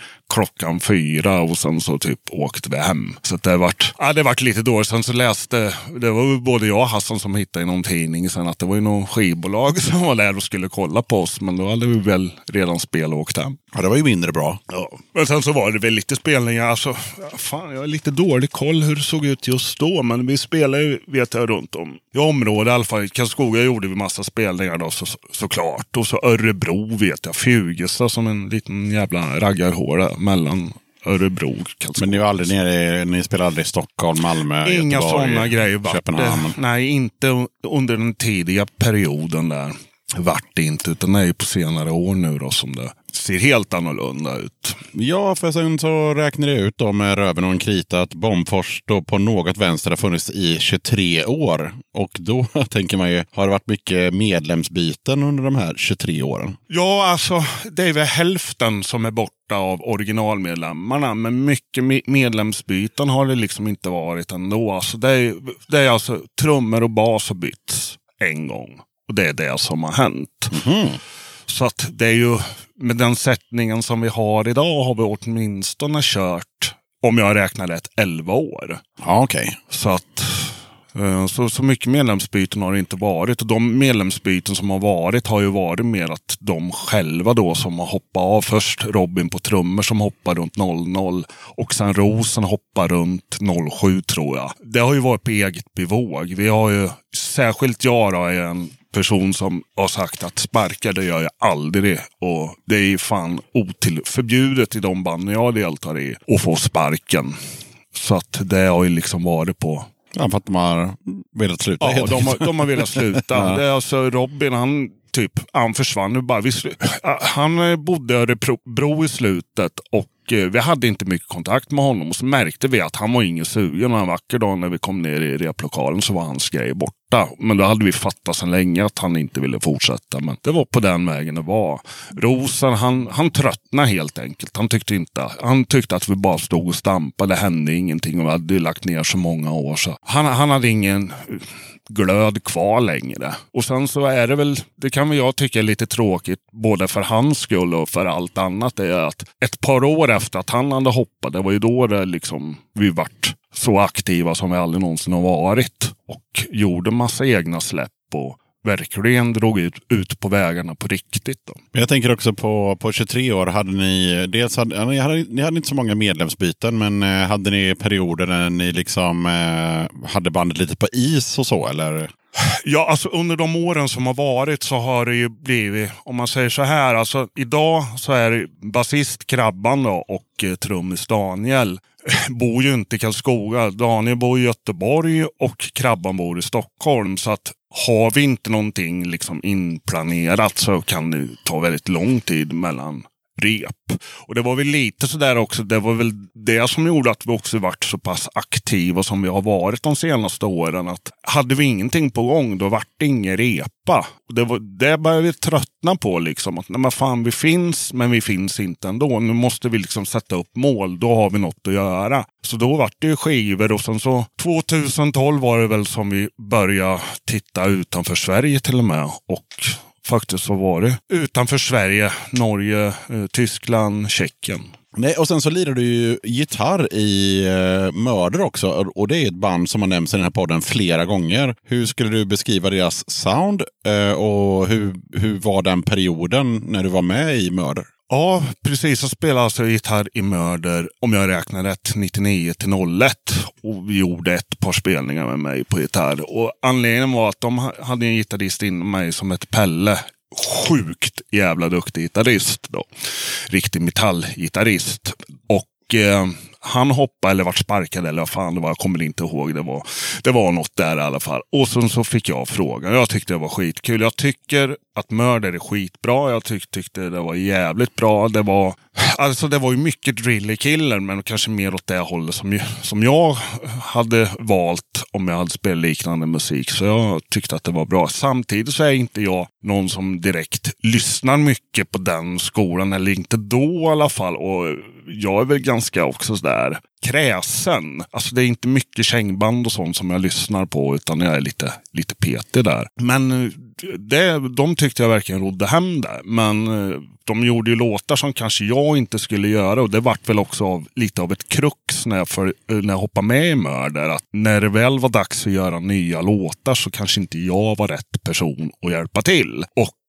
4:00. Och sen så typ åkte vi hem. Så det vart lite dåligt. Sen så det var ju både jag och Hassan som hittade i någon tidning sen att det var ju någon skivbolag som var där och skulle kolla på oss. Men då hade vi väl redan spel och åkt hem. Ja, det var ju mindre bra. Ja. Men sen så var det väl lite spelningar. Alltså, fan, jag har lite dålig koll hur det såg ut just då. Men vi spelade ju, vet jag, runt om i området i alla fall. I Karlskoga gjorde vi massa spelningar då, såklart. Och så Örebro vet jag. Fjugesta som en liten jävla raggarhåla mellan Örebro och Karlskoga. Men ni var aldrig nere, ni spelade aldrig i Stockholm, Malmö, Inga Göteborg, sådana grejer. Köpenhamn? Nej, inte under den tidiga perioden där. Vart det inte, utan det är ju på senare år nu då som det ser helt annorlunda ut. Ja, för sen så räknar det ut då med röven och en krita att Bomfors då på något vänster har funnits i 23 år. Och då tänker man ju, har det varit mycket medlemsbyten under de här 23 åren? Ja, alltså det är väl hälften som är borta av originalmedlemmarna. Men mycket medlemsbyten har det liksom inte varit ändå. Alltså det är alltså trummor och bas och byts en gång. Och det är det som har hänt. Mm. Så att det är ju, med den sättningen som vi har idag har vi åtminstone kört, om jag räknar rätt, 11 år. Ja, okej. Så att så mycket medlemsbyten har det inte varit. Och de medlemsbyten som har varit har ju varit mer att de själva då som har hoppat av. Först Robin på trummor som hoppar runt 00 och sen Rosen hoppar runt 07 tror jag. Det har ju varit på eget bevåg. Vi har ju, särskilt jag då, är en person som har sagt att sparka, det gör jag aldrig. Och det är fan förbjudet i de banden jag deltar i att få sparken. Så att det har ju liksom varit på... Ja, för att de har velat sluta. Ja, de har velat sluta. Ja. Det är alltså Robin, han försvann nu bara. Han bodde i Örebro i slutet och vi hade inte mycket kontakt med honom. Och så märkte vi att han var ingen sugen. Och en vacker dag när vi kom ner i replokalen så var hans grej borta. Men då hade vi fattat sedan länge att han inte ville fortsätta. Men det var på den vägen det var. Rosen, han tröttnade helt enkelt. Han tyckte att vi bara stod och stampade. Det hände ingenting och vi hade lagt ner så många år. Så han hade ingen glöd kvar längre. Och sen så är det väl, det kan väl jag tycka är lite tråkigt både för hans skull och för allt annat, det är att ett par år efter att han hade hoppat, det var ju då det liksom vi vart så aktiva som vi aldrig någonsin har varit och gjorde massa egna släpp och verkligen drog ut på vägarna på riktigt då. Jag tänker också på 23 år hade ni ni hade inte så många medlemsbyten, men hade ni perioder när ni liksom hade bandet lite på is och så, eller? Ja, alltså under de åren som har varit så har det ju blivit, om man säger så här, alltså idag så är basist Krabban då och trummis Daniel bor ju inte i Karlskoga. Daniel bor i Göteborg och Krabban bor i Stockholm, så att har vi inte någonting liksom inplanerat så kan det ta väldigt lång tid mellan rep. Och det var väl lite sådär också, det var väl det som gjorde att vi också varit så pass aktiva som vi har varit de senaste åren, att hade vi ingenting på gång då vart det ingen repa. Och det började vi tröttna på liksom, att nej men fan vi finns, men vi finns inte ändå. Nu måste vi liksom sätta upp mål, då har vi något att göra. Så då vart det ju skivor och sen så 2012 var det väl som vi började titta utanför Sverige till och med, och faktiskt så var det utanför Sverige, Norge, Tyskland, Tjeckien. Nej, och sen så lirar du ju gitarr i Mörder också, och det är ett band som har nämnts i den här podden flera gånger. Hur skulle du beskriva deras sound och hur var den perioden när du var med i Mörder? Ja, precis. Jag spelade alltså gitarr i Mörder, om jag räknar rätt, 99-01. Och vi gjorde ett par spelningar med mig på gitarr. Och anledningen var att de hade en gitarrist inom mig som hette Pelle. Sjukt jävla duktig gitarrist då. Riktig metallgitarrist. Och han hoppade eller vart sparkad eller vad fan det var, jag kommer inte ihåg. Det var något där i alla fall. Och sen så fick jag frågan. Jag tyckte det var skitkul. Jag tycker att Mörder är skitbra. Jag tyckte det var jävligt bra. Det var ju mycket Driller Killer, men kanske mer åt det hållet som jag hade valt om jag hade spelat liknande musik. Så jag tyckte att det var bra. Samtidigt så är inte jag någon som direkt lyssnar mycket på den skolan, eller inte då i alla fall. Och jag är väl ganska också där kräsen. Alltså det är inte mycket kängband och sånt som jag lyssnar på, utan jag är lite petig där. Men de tyckte jag verkligen rodde hem där. Men de gjorde ju låtar som kanske jag inte skulle göra, och det vart väl också lite av ett krux när jag hoppade med i Mörder, att när det väl var dags att göra nya låtar så kanske inte jag var rätt person att hjälpa till.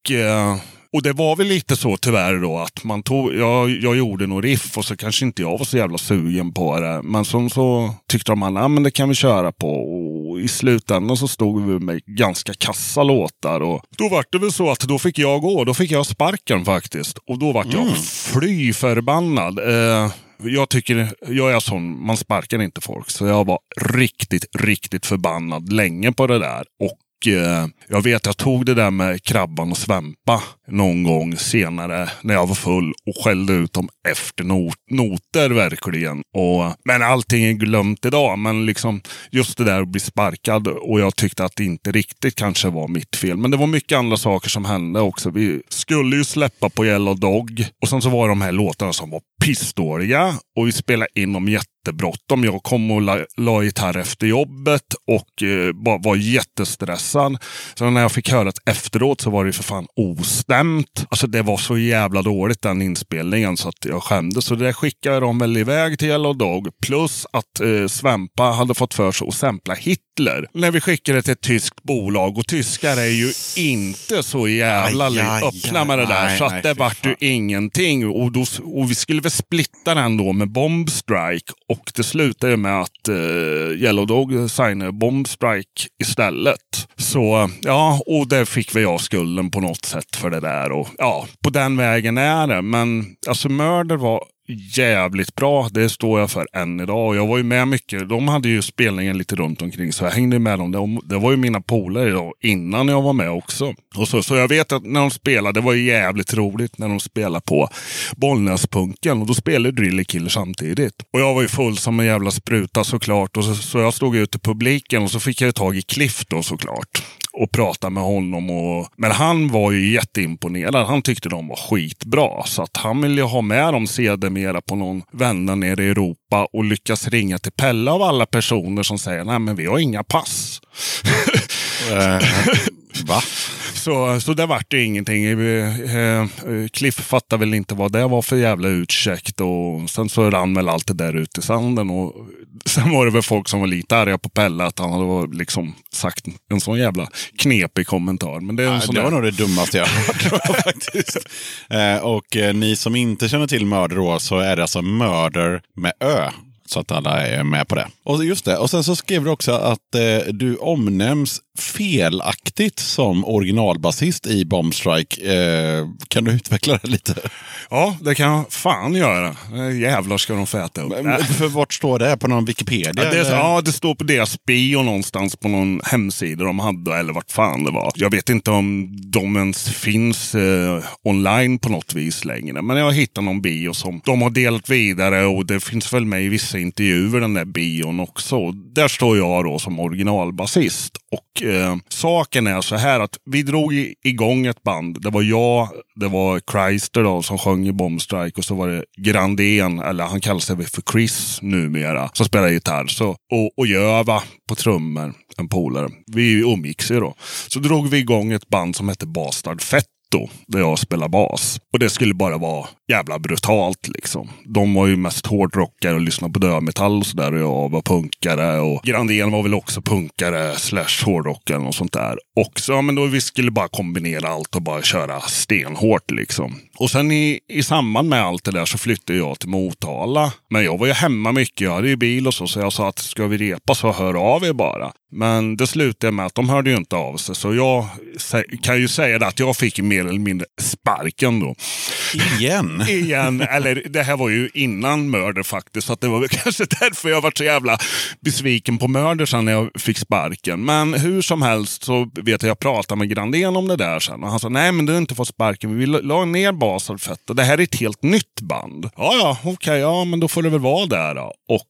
Och det var väl lite så tyvärr då, att jag gjorde nog riff och så kanske inte jag var så jävla sugen på det. Men så tyckte de att men det kan vi köra på. Och i slutändan så stod vi med ganska kassa låtar. Och då var det väl så att då fick jag gå. Då fick jag sparken faktiskt. Och då var jag fly förbannad. Jag är sån, man sparkar inte folk. Så jag var riktigt, riktigt förbannad länge på det där. Och jag vet, jag tog det där med Krabban och Svempa någon gång senare när jag var full och skällde ut dem efter noter verkligen. Men allting är glömt idag, men liksom just det där att bli sparkad, och jag tyckte att det inte riktigt kanske var mitt fel. Men det var mycket andra saker som hände också. Vi skulle ju släppa på Yellow Dog, och sen så var de här låtarna som var pissdåliga och vi spelade in dem jättebråttom. Jag kom och la gitarr efter jobbet och var jättestressad. Så när jag fick höra det efteråt så var det för fan ostämt. Alltså det var så jävla dåligt den inspelningen så att jag skämdes. Så det skickade de väl iväg till Yellow Dog. Plus att Svempa hade fått för sig att sampla Hitler. När vi skickade till ett tyskt bolag, och tyskar är ju inte så jävla öppna med det där. Så att det vart ju ingenting. Och vi skulle väl splitta den då med Bomb Strike, och det slutade med att Yellow Dog signade Bomb Strike istället. Så ja, och där fick vi jag skulden på något sätt för det där. Och ja, på den vägen är det. Men alltså Murder var jävligt bra. Det står jag för än idag. Och jag var ju med mycket. De hade ju spelningen lite runt omkring. Så jag hängde med dem. Det var ju mina polare då, innan jag var med också. Och så jag vet att när de spelade, det var ju jävligt roligt när de spelade på Bollnäspunken. Och då spelade Driller Killer samtidigt. Och jag var ju full som en jävla spruta såklart. Och så jag stod ut i publiken och så fick jag tag i Cliff då såklart. Och prata med honom. Men han var ju jätteimponerad. Han tyckte de var skitbra. Så att han ville ha med dem sedermera på någon vända nere i Europa. Och lyckas ringa till Pelle av alla personer som säger nej men vi har inga pass. Va? Så det vart det ingenting. Cliff fattade väl inte vad det var för jävla utcheck. Och sen så rann väl allt det där ut i sanden. Och sen var det väl folk som var lite arga på Pelle att han hade liksom sagt en sån jävla knepig kommentar. Men det var nog det dummaste jag hört faktiskt. Och ni som inte känner till Murder då, så är det alltså Murder med Ö. Så att alla är med på det. Och just det. Och sen så skrev du också att du omnämns felaktigt som originalbasist i Bombstrike. Kan du utveckla det lite? Ja, det kan jag fan göra. Jävlar ska de få äta upp. För vart står det? På någon Wikipedia? Det står på deras bio någonstans på någon hemsida de hade, eller vart fan det var. Jag vet inte om de ens finns online på något vis längre. Men jag har hittat någon bio som de har delat vidare och det finns väl med i vissa intervjuer den där bion också. Där står jag då som originalbasist. Och saken är så här att vi drog igång ett band. Det var jag, det var Chrysler då som sjöng i Bombstrike och så var det Grandén, eller han kallar sig för Chris numera, som spelar gitarr. Och Jöva på trummor, en polare. Vi umgicks ju då. Så drog vi igång ett band som hette Bastard Fett. Där jag spelar bas. Och det skulle bara vara jävla brutalt liksom. De var ju mest hårdrockare och lyssnade på dödmetall och sådär. Och jag var punkare. Och Grandén var väl också punkare / hårdrockare och sånt där. Och så, ja, men då vi skulle bara kombinera allt och bara köra stenhårt liksom. Och sen i samband med allt det där så flyttade jag till Motala. Men jag var ju hemma mycket. Jag hade ju bil och så jag sa att ska vi repa så hör av er bara. Men det slutade med att de hörde ju inte av sig. Så jag kan ju säga det att jag fick mer eller mindre sparken då. Igen. Eller det här var ju innan Murder faktiskt. Så att det var väl kanske därför jag var så jävla besviken på Murder sen när jag fick sparken. Men hur som helst så vet jag pratade med Grandén om det där sen. Och han sa nej men du har inte fått sparken. Vi la ner Bastard Fett. Och det här är ett helt nytt band. Ja okej, ja men då får det väl vara där då. Och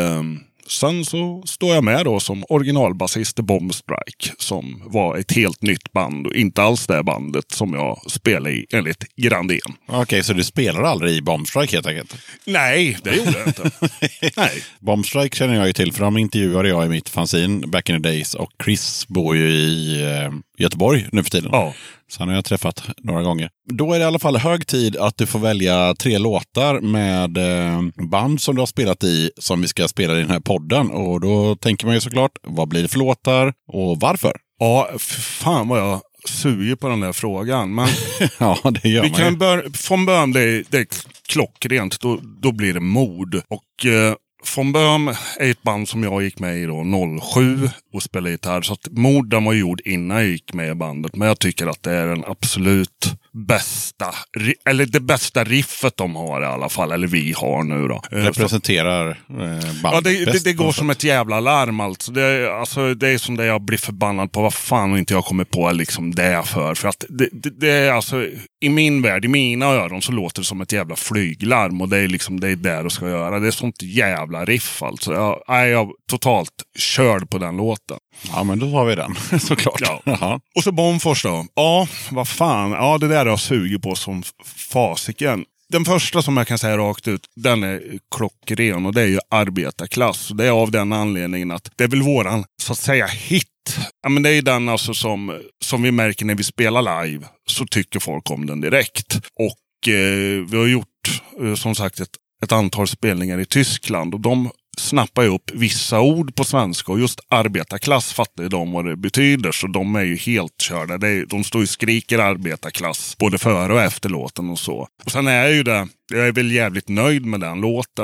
sen så står jag med då som originalbasist i Bombstrike som var ett helt nytt band och inte alls det bandet som jag spelade i enligt Grandén. Okej, så du spelar aldrig i Bombstrike helt enkelt? Nej, det gjorde jag inte. Nej. Bombstrike känner jag ju till för de intervjuade jag i mitt fanzine back in the days och Chris bor ju i Göteborg nu för tiden. Ja. Så han har jag träffat några gånger. Då är det i alla fall hög tid att du får välja 3 låtar med band som du har spelat i som vi ska spela i den här podden. Och då tänker man ju såklart, vad blir det för låtar och varför? Ja, fan vad jag suger på den där frågan. Men ja, det gör vi man kan från början, det är klockrent. Då blir det Mord. Och Von Böhm är ett band som jag gick med i då 07 och spelade gitarr. Så att Mord var gjord innan jag gick med i bandet. Men jag tycker att det är den absolut bästa, eller det bästa riffet de har i alla fall. Eller vi har nu då. Representerar bandet. Ja, det går som ett jävla larm alltså. Det är som det jag blir förbannad på. Vad fan inte jag kommer på liksom det för att det är alltså i min värld, i mina öron så låter det som ett jävla flyglarm. Och det är liksom det är där du ska göra. Det är sånt jävla riff alltså. Jag totalt körd på den låten. Ja, men då har vi den, såklart. Ja. Och så Bombfors då. Ja, vad fan. Ja, det där har jag suger på som fasiken. Den första som jag kan säga rakt ut, den är klockren och det är ju Arbetarklass. Och det är av den anledningen att det är väl våran, så att säga, hit. Ja, men det är den alltså som vi märker när vi spelar live så tycker folk om den direkt. Och vi har gjort, som sagt, ett antal spelningar i Tyskland och de snappar ju upp vissa ord på svenska och just arbetarklass fattar ju de vad det betyder så de är ju helt körda. De står ju skriker arbetarklass både före och efter låten och så. Och sen är jag är väl jävligt nöjd med den låten och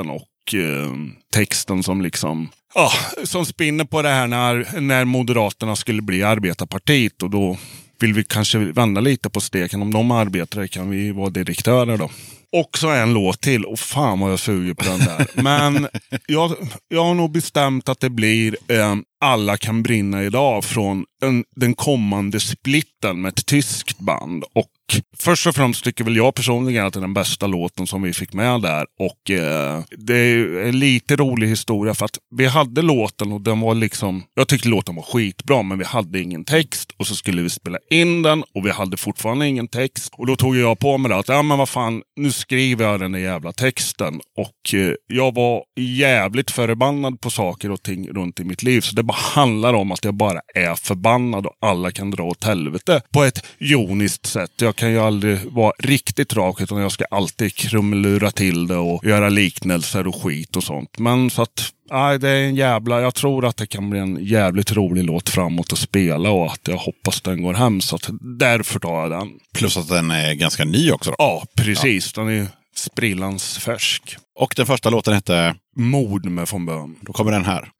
texten som liksom... Ja, som spinner på det här när Moderaterna skulle bli arbetarpartiet. Och då vill vi kanske vända lite på steken. Om de arbetare kan vi vara direktörer då. Och så en låt till. Och fan vad jag suger på den där. Men jag har nog bestämt att det blir Alla kan brinna idag från den kommande splitten med ett tyskt band. Och först och främst tycker väl jag personligen att det är den bästa låten som vi fick med där. Och det är en lite rolig historia för att vi hade låten och den var liksom... Jag tyckte låten var skitbra men vi hade ingen text. Och så skulle vi spela in den och vi hade fortfarande ingen text. Och då tog jag på mig det att ja men vad fan, nu skriver jag den där jävla texten. Och jag var jävligt förbannad på saker och ting runt i mitt liv. Så det bara handlar om att jag bara är förbannad och alla kan dra åt helvete på ett joniskt sätt. Jag kan ju aldrig vara riktigt rak utan jag ska alltid krumlura till det och göra liknelser och skit och sånt. Men så att det är en jävla... Jag tror att det kan bli en jävligt rolig låt framåt att spela och att jag hoppas den går hem. Så att därför tar jag den. Plus att den är ganska ny också då. Ja, precis. Ja. Den är sprillans färsk. Och den första låten hette... Mord med von Böhm. Då kommer den här.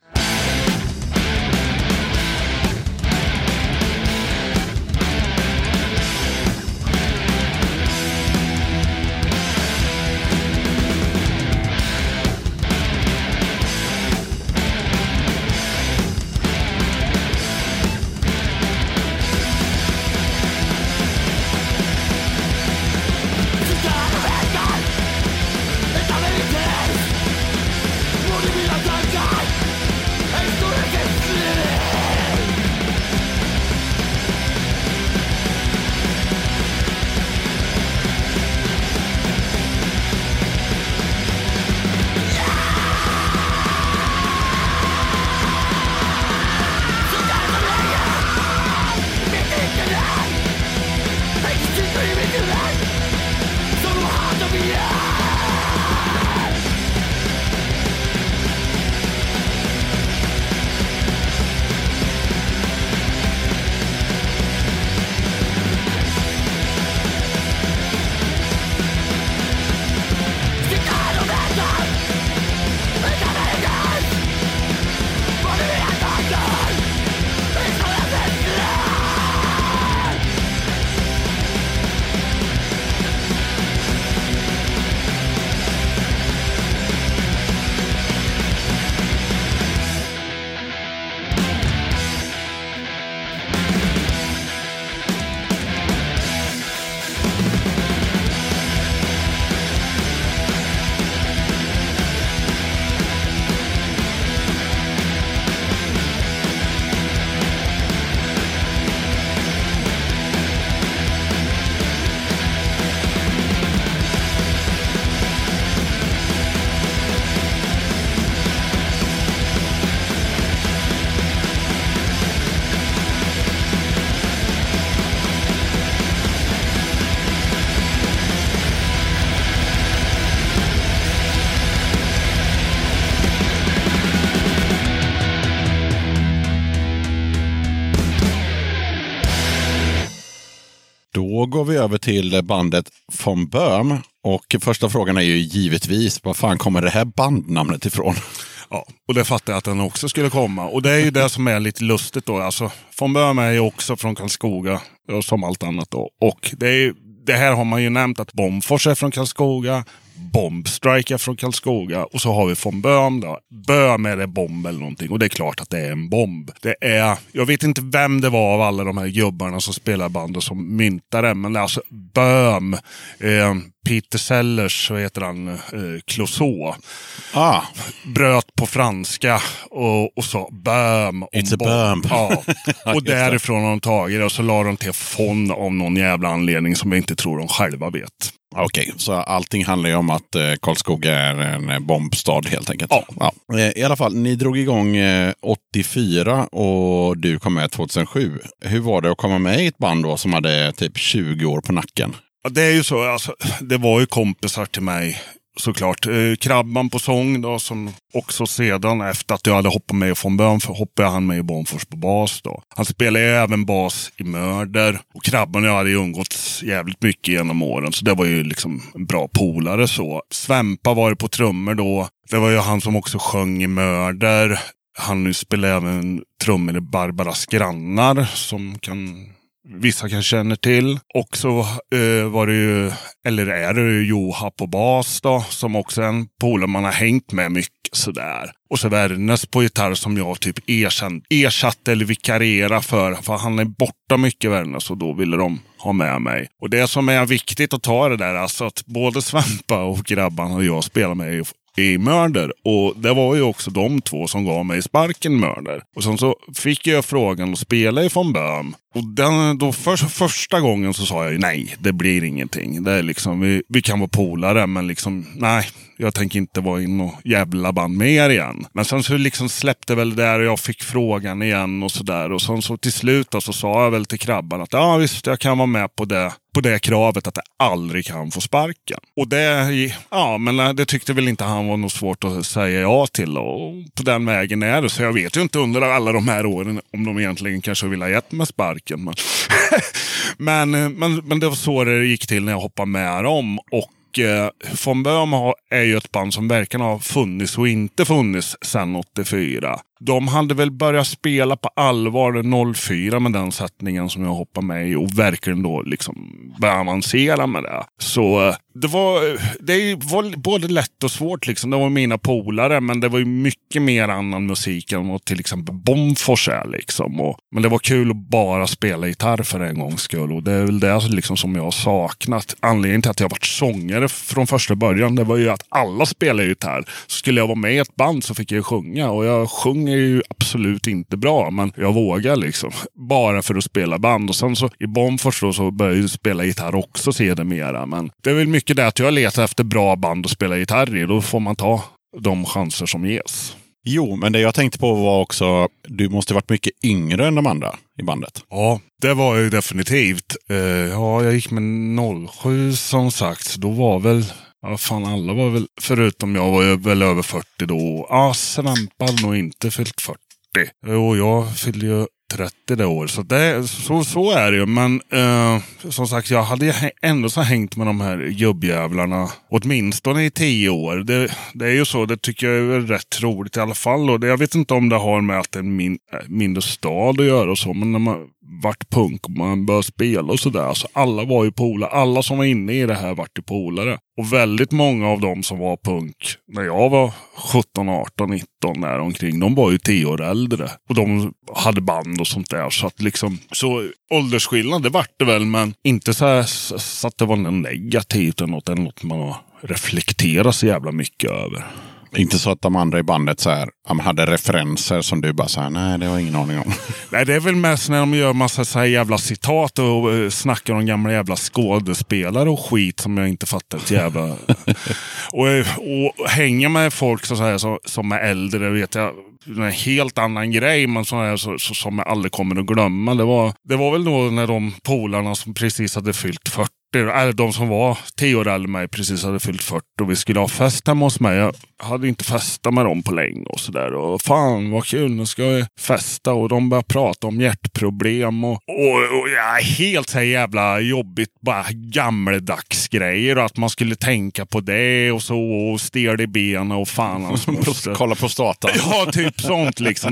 Då går vi över till bandet von Böhm. Och första frågan är ju givetvis, var fan kommer det här bandnamnet ifrån? Ja, och det fattar jag att den också skulle komma. Och det är ju det som är lite lustigt då. Alltså, von Böhm är ju också från Karlskoga, som allt annat då. Och det här har man ju nämnt att Bombfors är från Karlskoga, Bombstrike är från Karlskoga och så har vi von Böhm då. Böhm är det bomb eller någonting och det är klart att det är en bomb. Det är, jag vet inte vem det var av alla de här gubbarna som spelar band och som myntade, men det är alltså Böhm. Peter Sellers, så heter han, Clouseau. Bröt på franska och sa Böhm. It's a Böhm. Ja. Och därifrån har de tagit det och så la de till fond av någon jävla anledning som jag inte tror de själva vet. Okej, så allting handlar ju om att Karlskoga är en bombstad helt enkelt. Ja. I alla fall, ni drog igång 84 och du kom med 2007. Hur var det att komma med i ett band då som hade typ 20 år på nacken? Ja, det är ju så, alltså, det var ju kompisar till mig såklart. Krabban på sång då, som också sedan efter att jag hade hoppat med från början hoppade han med i Bonfors på bas då. Han spelade ju även bas i Mörder. Och Krabban och jag hade ju umgåtts jävligt mycket genom åren. Så det var ju liksom en bra polare så. Svempa var det på trummor då. Det var ju han som också sjöng i Mörder. Han nu spelar även trummor i Barbaras grannar som vissa kanske känner till. Och så var det ju, eller är det ju Joha på bas då, som också är en polare man har hängt med mycket sådär. Och så Värnes på gitarr som jag typ ersatte eller vikarierade för han är borta mycket Värnes och då ville de ha med mig. Och det som är viktigt att ta det där, alltså att både Svempa och grabbarna och jag spelar med i Mörder. Och det var ju också de två som gav mig sparken Mörder. Och sen så fick jag frågan att spela i von Böhm. Och första gången så sa jag ju nej, det blir ingenting. Det är liksom, vi kan vara polare, men liksom nej, jag tänker inte vara in och jävla band med er igen. Men sen så liksom släppte väl det där och jag fick frågan igen och sådär. Och sen så till slut så sa jag väl till krabban att ja visst, jag kan vara med på det kravet att jag aldrig kan få sparken. Och det tyckte väl inte han var något svårt att säga ja till. Och på den vägen är det. Så jag vet ju inte under alla de här åren om de egentligen kanske ville ha gett mig sparken. Men det var så det gick till när jag hoppade med dem. Och von Böhm är ju ett band som verkligen har funnits och inte funnits sedan 84. De hade väl börjat spela på allvar 04 med den sättningen som jag hoppade med i och verkligen då liksom började avancera med det. Så det var både lätt och svårt liksom. Det var mina polare, men det var ju mycket mer annan musik än vad till exempel Bonfors är liksom. Men det var kul att bara spela gitarr för en gångs skull och det är väl det liksom som jag har saknat. Anledningen till att jag varit sångare från första början, det var ju att alla spelar gitarr. Så skulle jag vara med i ett band så fick jag sjunga och jag sjunger ju absolut inte bra, men jag vågar liksom. Bara för att spela band. Och sen så i Bonfors då så började jag spela gitarr också sedermera. Men det är väl mycket det att jag letar efter bra band att spela gitarr i. Då får man ta de chanser som ges. Jo, men det jag tänkte på var också, du måste varit mycket yngre än de andra i bandet. Ja, det var ju definitivt. Jag gick med 07 som sagt. Så då var väl, alla var väl, förutom jag var ju väl över 40 då. Svempa nog inte fyllt 40. Och jag fyllde ju 30 det år. Så är det ju. Men som sagt, jag hade ju ändå så hängt med de här gubbjävlarna åtminstone i 10 år. Det är ju så, det tycker jag är rätt roligt i alla fall. Och jag vet inte om det har med att det är en mindre stad att göra och så. Men när man vart punk och man började spela och sådär. Så alla var ju polare. Alla som var inne i det här vart ju polare. Och väldigt många av dem som var punk när jag var 17, 18, 19 där omkring, de var ju 10 år äldre. Och de hade band och sånt där. Så att liksom, så åldersskillnad det vart det väl, men inte så att det var något negativt eller något man har reflekterat så jävla mycket över. Inte så att de andra i bandet så här, hade referenser som du bara säger nej, det har jag ingen aning om. Nej, det är väl mest när de gör massa så här jävla citat och snackar om gamla jävla skådespelare och skit som jag inte fattar ett jävla. och hänga med folk så här, som är äldre, vet jag. En helt annan grej, men som jag aldrig kommer att glömma. Det var väl då när de polarna som precis hade fyllt 40, eller de som var 10 år äldre mig precis hade fyllt 40 och vi skulle ha fest hemma hos mig. Jag hade inte festat med dem på länge och sådär. Och fan vad kul, nu ska vi festa. Och de började prata om hjärtproblem och ja, helt så jävla jobbigt, bara gammeldagsgrejer och att man skulle tänka på det och så och stel i benen och fan alltså, kolla på statan. Ja, typ sånt liksom.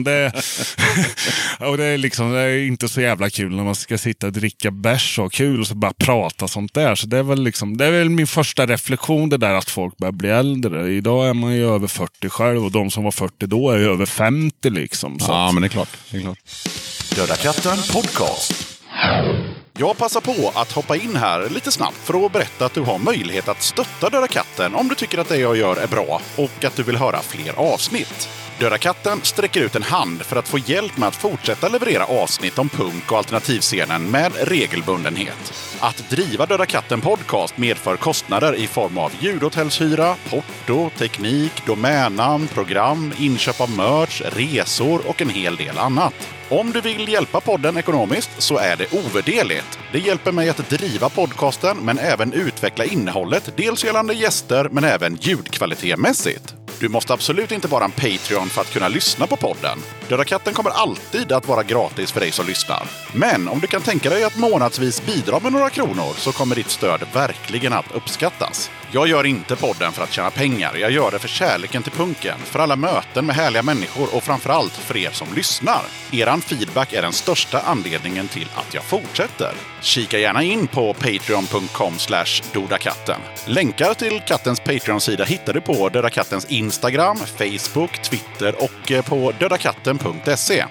Och det är liksom, det är inte så jävla kul när man ska sitta och dricka bärs och kul och så bara prata sånt där. Så det är väl liksom, det är väl min första reflektion det där att folk börjar bli äldre. Idag är man ju över 40 själv och de som var 40 då är ju över 50 liksom. Så ja, men det är klart. Döda katten podcast. Jag passar på att hoppa in här lite snabbt för att berätta att du har möjlighet att stötta Döda katten om du tycker att det jag gör är bra och att du vill höra fler avsnitt. Döda katten sträcker ut en hand för att få hjälp med att fortsätta leverera avsnitt om punk- och alternativscenen med regelbundenhet. Att driva Döda katten podcast medför kostnader i form av ljudhotellshyra, porto, teknik, domännamn, program, inköp av merch, resor och en hel del annat. Om du vill hjälpa podden ekonomiskt så är det ovärderligt. Det hjälper mig att driva podcasten men även utveckla innehållet, dels gällande gäster men även ljudkvalitetmässigt. Du måste absolut inte vara en Patreon för att kunna lyssna på podden. Döda katten kommer alltid att vara gratis för dig som lyssnar. Men om du kan tänka dig att månadsvis bidra med några kronor så kommer ditt stöd verkligen att uppskattas. Jag gör inte podden för att tjäna pengar. Jag gör det för kärleken till punken, för alla möten med härliga människor och framförallt för er som lyssnar. Eran feedback är den största anledningen till att jag fortsätter. Kika gärna in på patreon.com/dodakatten. Länkar till kattens Patreon-sida hittar du på Döda Kattens Instagram, Facebook, Twitter och på dödakatten.se.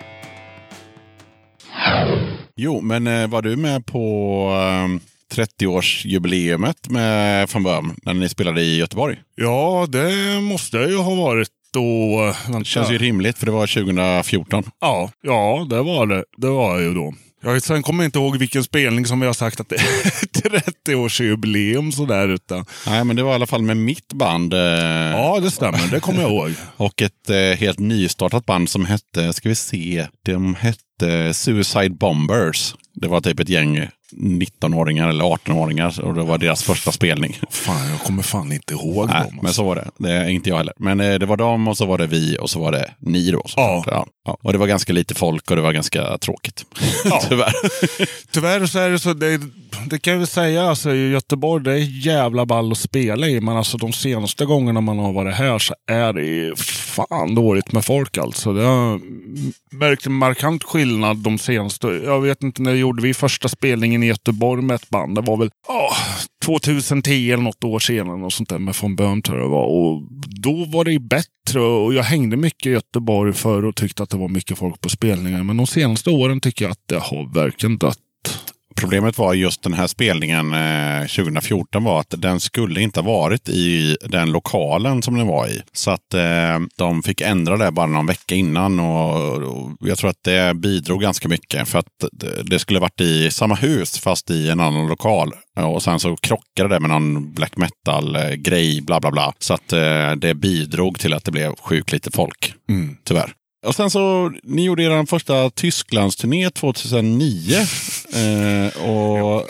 Jo, men var du med på 30-årsjubileumet med Van Böhm när ni spelade i Göteborg? Ja, det måste ju ha varit då. Det känns ju rimligt för det var 2014. Ja, det var det. Det var ju då. Sen kommer jag inte ihåg vilken spelning som vi har sagt att det är 30-årsjubileum sådär utan. Nej, men det var i alla fall med mitt band. Ja, det stämmer. Det kommer jag ihåg. Och ett helt nystartat band som hette, de hette Suicide Bombers. Det var typ ett gäng 19-åringar eller 18-åringar och det var deras första spelning. Fan, jag kommer fan inte ihåg dem. Alltså. Men så var det. Det är inte jag heller. Men det var dem och så var det vi och så var det ni då. Ja. Och det var ganska lite folk och det var ganska tråkigt. Ja. Tyvärr. Tyvärr så är det så, det kan vi säga, alltså i Göteborg det är jävla ball att spela i, men alltså de senaste gångerna man har varit här så är det fan dåligt med folk alltså. Det har märkt en markant skillnad de senaste, jag vet inte när gjorde vi första spelningen i Göteborg med ett band, det var väl 2010 eller något år senare och sånt där med Van Böhm tror jag det var, och då var det ju bättre och jag hängde mycket i Göteborg för och tyckte att det var mycket folk på spelningar, men de senaste åren tycker jag att det har verkligen dött. Problemet var just den här spelningen 2014 var att den skulle inte ha varit i den lokalen som den var i. Så att de fick ändra det bara någon vecka innan och jag tror att det bidrog ganska mycket för att det skulle varit i samma hus fast i en annan lokal. Och sen så krockade det med någon black metal-grej, bla bla bla. Så att det bidrog till att det blev sjukt lite folk, tyvärr. Och sen så, ni gjorde er första Tysklandsturné 2009 och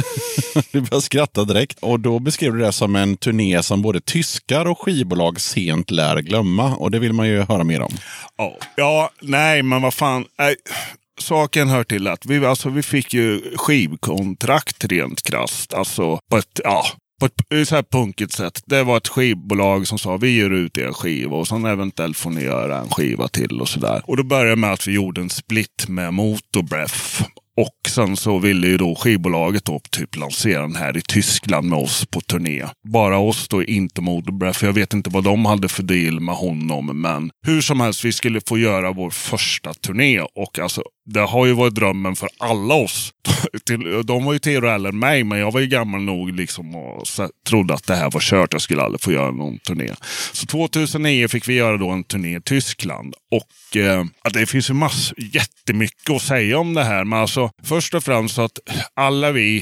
du började skratta direkt. Och då beskrev du det som en turné som både tyskar och skivbolag sent lär glömma. Och det vill man ju höra mer om. Ja, nej men vad fan. Saken hör till att vi fick ju skivkontrakt rent krasst. Alltså på ett så här punkigt sätt. Det var ett skivbolag som sa vi gör ut er skiva och sen eventuellt får ni göra en skiva till och sådär. Och då började det med att vi gjorde en split med Motorbreath. Och sen så ville ju då skivbolaget då typ lansera den här i Tyskland med oss på turné. Bara oss då, inte Motorbreath. För jag vet inte vad de hade för deal med honom. Men hur som helst, vi skulle få göra vår första turné. Och alltså, det har ju varit drömmen för alla oss. De var ju Tero eller mig, men jag var ju gammal nog liksom och trodde att det här var kört. Jag skulle aldrig få göra någon turné. Så 2009 fick vi göra då en turné i Tyskland. Och det finns ju jättemycket att säga om det här. Men alltså, först och främst så att alla vi,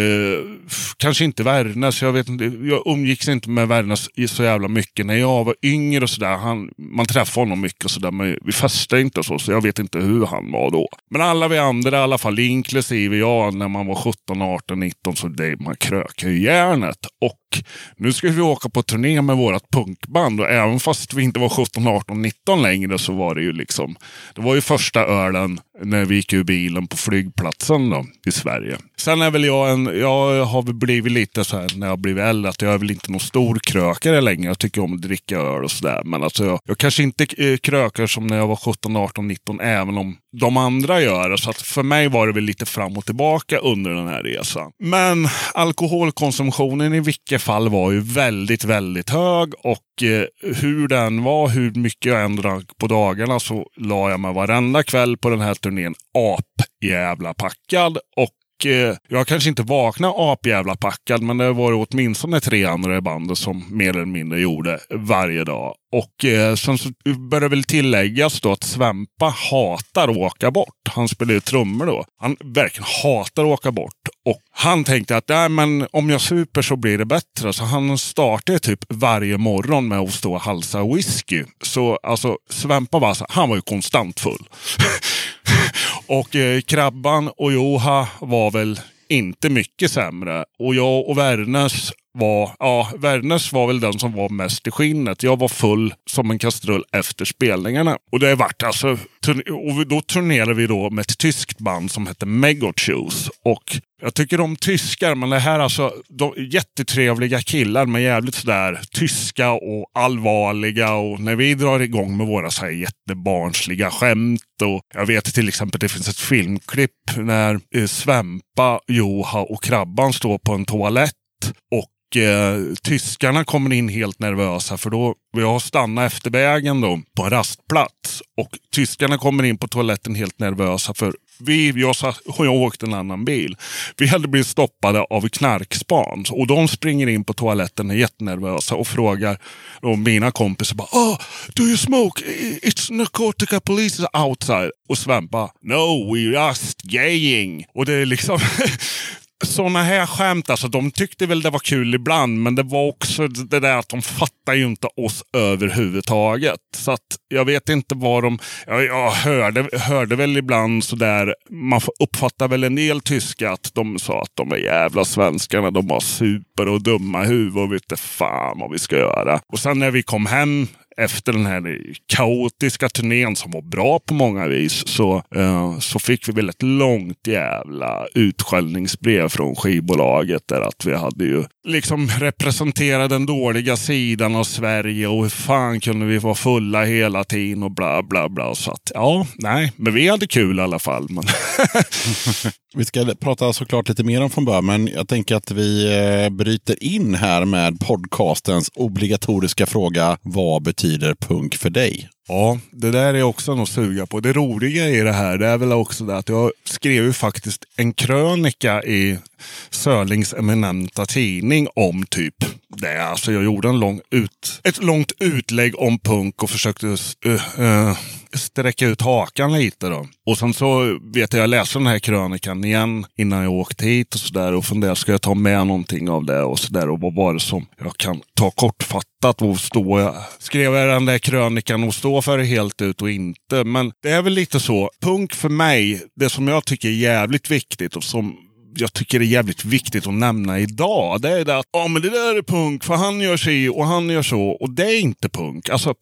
kanske inte Värnes, jag vet inte, jag umgicks inte med Värnes så jävla mycket. När jag var yngre och sådär, man träffade honom mycket och sådär, men vi festade inte så jag vet inte hur han var då. Men alla vi andra i alla fall, inklusive jag när man var 17, 18, 19, så man krökar ju järnet. Och nu ska vi åka på turné med vårat punkband och även fast vi inte var 17, 18, 19 längre så var det ju liksom, det var ju första ölen när vi gick ur bilen på flygplatsen då, i Sverige. Sen är väl jag har väl blivit lite så här när jag blivit äldre att jag är väl inte någon stor krökare längre. Jag tycker om att dricka öl och sådär. Men alltså jag kanske inte krökar som när jag var 17, 18, 19 även om de andra gör. Så att för mig var det väl lite fram och tillbaka under den här resan. Men alkoholkonsumtionen i vilket fall var ju väldigt, väldigt hög och hur den var, hur mycket jag än drack på dagarna så la jag mig varenda kväll på den här turnén jävla packad och jag kanske inte vaknade apjävla packad, men det var åtminstone 3 andra i bandet som mer eller mindre gjorde varje dag. Och sen så börjar väl tilläggas då att Svempa hatar att åka bort. Han spelar ju trummor då. Han verkligen hatar att åka bort. Och han tänkte att nej, men om jag super så blir det bättre. Så han startade typ varje morgon med att stå och halsa whisky. Så alltså Svempa var så, han var ju konstant full. Och Krabban och Joha var väl inte mycket sämre. Och jag och Värnes var väl den som var mest i skinnet. Jag var full som en kastrull efter spelningarna. Och det har varit alltså, och då turnerade vi då med ett tyskt band som hette Megochoos. Och jag tycker de tyskar, men det här alltså, de jättetrevliga killar med jävligt sådär tyska och allvarliga. Och när vi drar igång med våra så här jättebarnsliga skämt. Och jag vet till exempel att det finns ett filmklipp när Svempa, Joha och Krabban står på en toalett. Och tyskarna kommer in helt nervösa, för då vi har stannat efter vägen då på en rastplats. Och tyskarna kommer in på toaletten helt nervösa, för jag åkte en annan bil. Vi hade blivit stoppade av knarkspan. Och de springer in på toaletten och är jättenervösa och frågar då mina kompisar bara, do you smoke? It's narcotica police outside. Och Svempa, no, we're just gaying. Och det är liksom såna här skämt, alltså de tyckte väl det var kul ibland, men det var också det där att de fattar ju inte oss överhuvudtaget. Så att jag vet inte vad de, jag hörde väl ibland så där, man uppfattar väl en del tyska att de sa att de är jävla svenskarna, de var super och dumma huvud och vet inte fan vad vi ska göra. Och sen när vi kom hem efter den här kaotiska turnén som var bra på många vis, så fick vi väl ett långt jävla utskällningsbrev från skivbolaget där att vi hade ju liksom representerat den dåliga sidan av Sverige och hur fan kunde vi vara fulla hela tiden och bla bla bla. Så att men vi hade kul i alla fall. Men Vi ska prata såklart lite mer om från början, men jag tänker att vi bryter in här med podcastens obligatoriska fråga: vad betyder punk för dig? Ja, det där är också något att suga på. Det roliga i det här, det är väl också det att jag skrev ju faktiskt en krönika i Sörlings eminenta tidning om typ det. Alltså jag gjorde ett långt utlägg om punk och försökte sträcka ut hakan lite då. Och sen så vet jag läste den här krönikan igen innan jag åkte hit och sådär och funderade, ska jag ta med någonting av det och sådär, och vad var det som jag kan ta kortfattat och skrev jag den där krönikan och stå för det helt ut och inte. Men det är väl lite så, punk för mig, det som jag tycker är jävligt viktigt och som jag tycker det är jävligt viktigt att nämna idag, det är det att men det där är punk, för han gör sig och han gör så, och det är inte punk. Alltså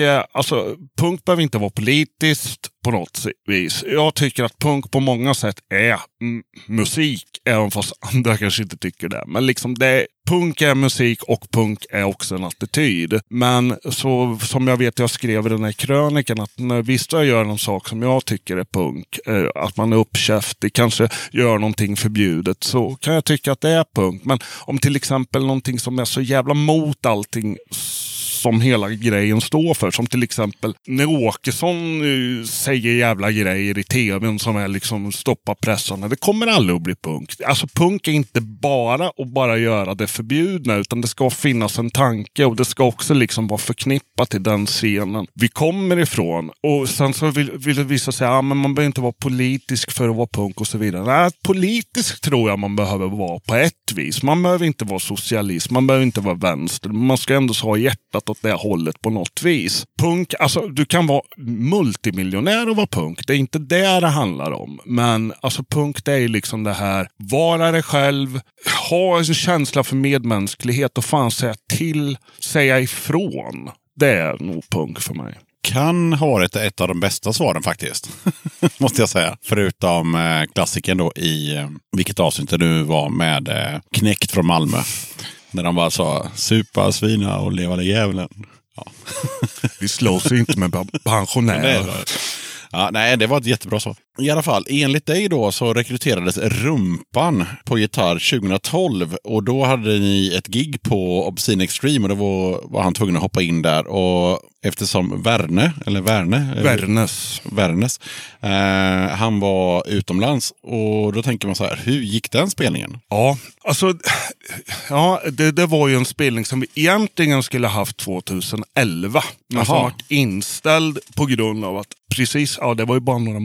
punk behöver inte vara politiskt på något vis. Jag tycker att punk på många sätt är musik, även fast andra kanske inte tycker det. Men liksom punk är musik och punk är också en attityd. Men så som jag vet, jag skrev i den här krönikan att när vissa gör någon sak som jag tycker är punk, att man är uppkäftig, kanske gör någonting förbjudet, så kan jag tycka att det är punk. Men om till exempel någonting som är så jävla mot allting som hela grejen står för, som till exempel när Åkesson säger jävla grejer i tvn som är liksom stoppa pressarna, det kommer aldrig att bli punk. Alltså punk är inte bara göra det förbjudna, utan det ska finnas en tanke och det ska också liksom vara förknippat till den scenen vi kommer ifrån. Och sen så vill vissa säga men man behöver inte vara politisk för att vara punk och så vidare. Nej, politisk tror jag man behöver vara på ett vis. Man behöver inte vara socialist, man behöver inte vara vänster, man ska ändå ha hjärtat åt det hållet på något vis. Punk, alltså du kan vara multimiljonär och vara punk. Det är inte det handlar om. Men alltså punk, det är liksom det här, vara dig själv, ha en känsla för medmänsklighet och fan säga ifrån. Det är nog punk för mig. Kan ha varit ett av de bästa svaren faktiskt. Måste jag säga. Förutom klassiken då i vilket avsnitt det nu var med Knäckt från Malmö. När de bara sa supa, svina och leva det djävulen. Ja. Vi slås ju inte med pensionärer. Ja, nej, det var ett jättebra svar. I alla fall, enligt dig då så rekryterades Rumpan på gitarr 2012. Och då hade ni ett gig på Obscene Extreme och då var han tvungen att hoppa in där. Och eftersom Wernes, han var utomlands. Och då tänker man så här, hur gick den spelningen? Ja, alltså det var ju en spelning som vi egentligen skulle ha haft 2011. Men som var inställd på grund av att det var ju bara några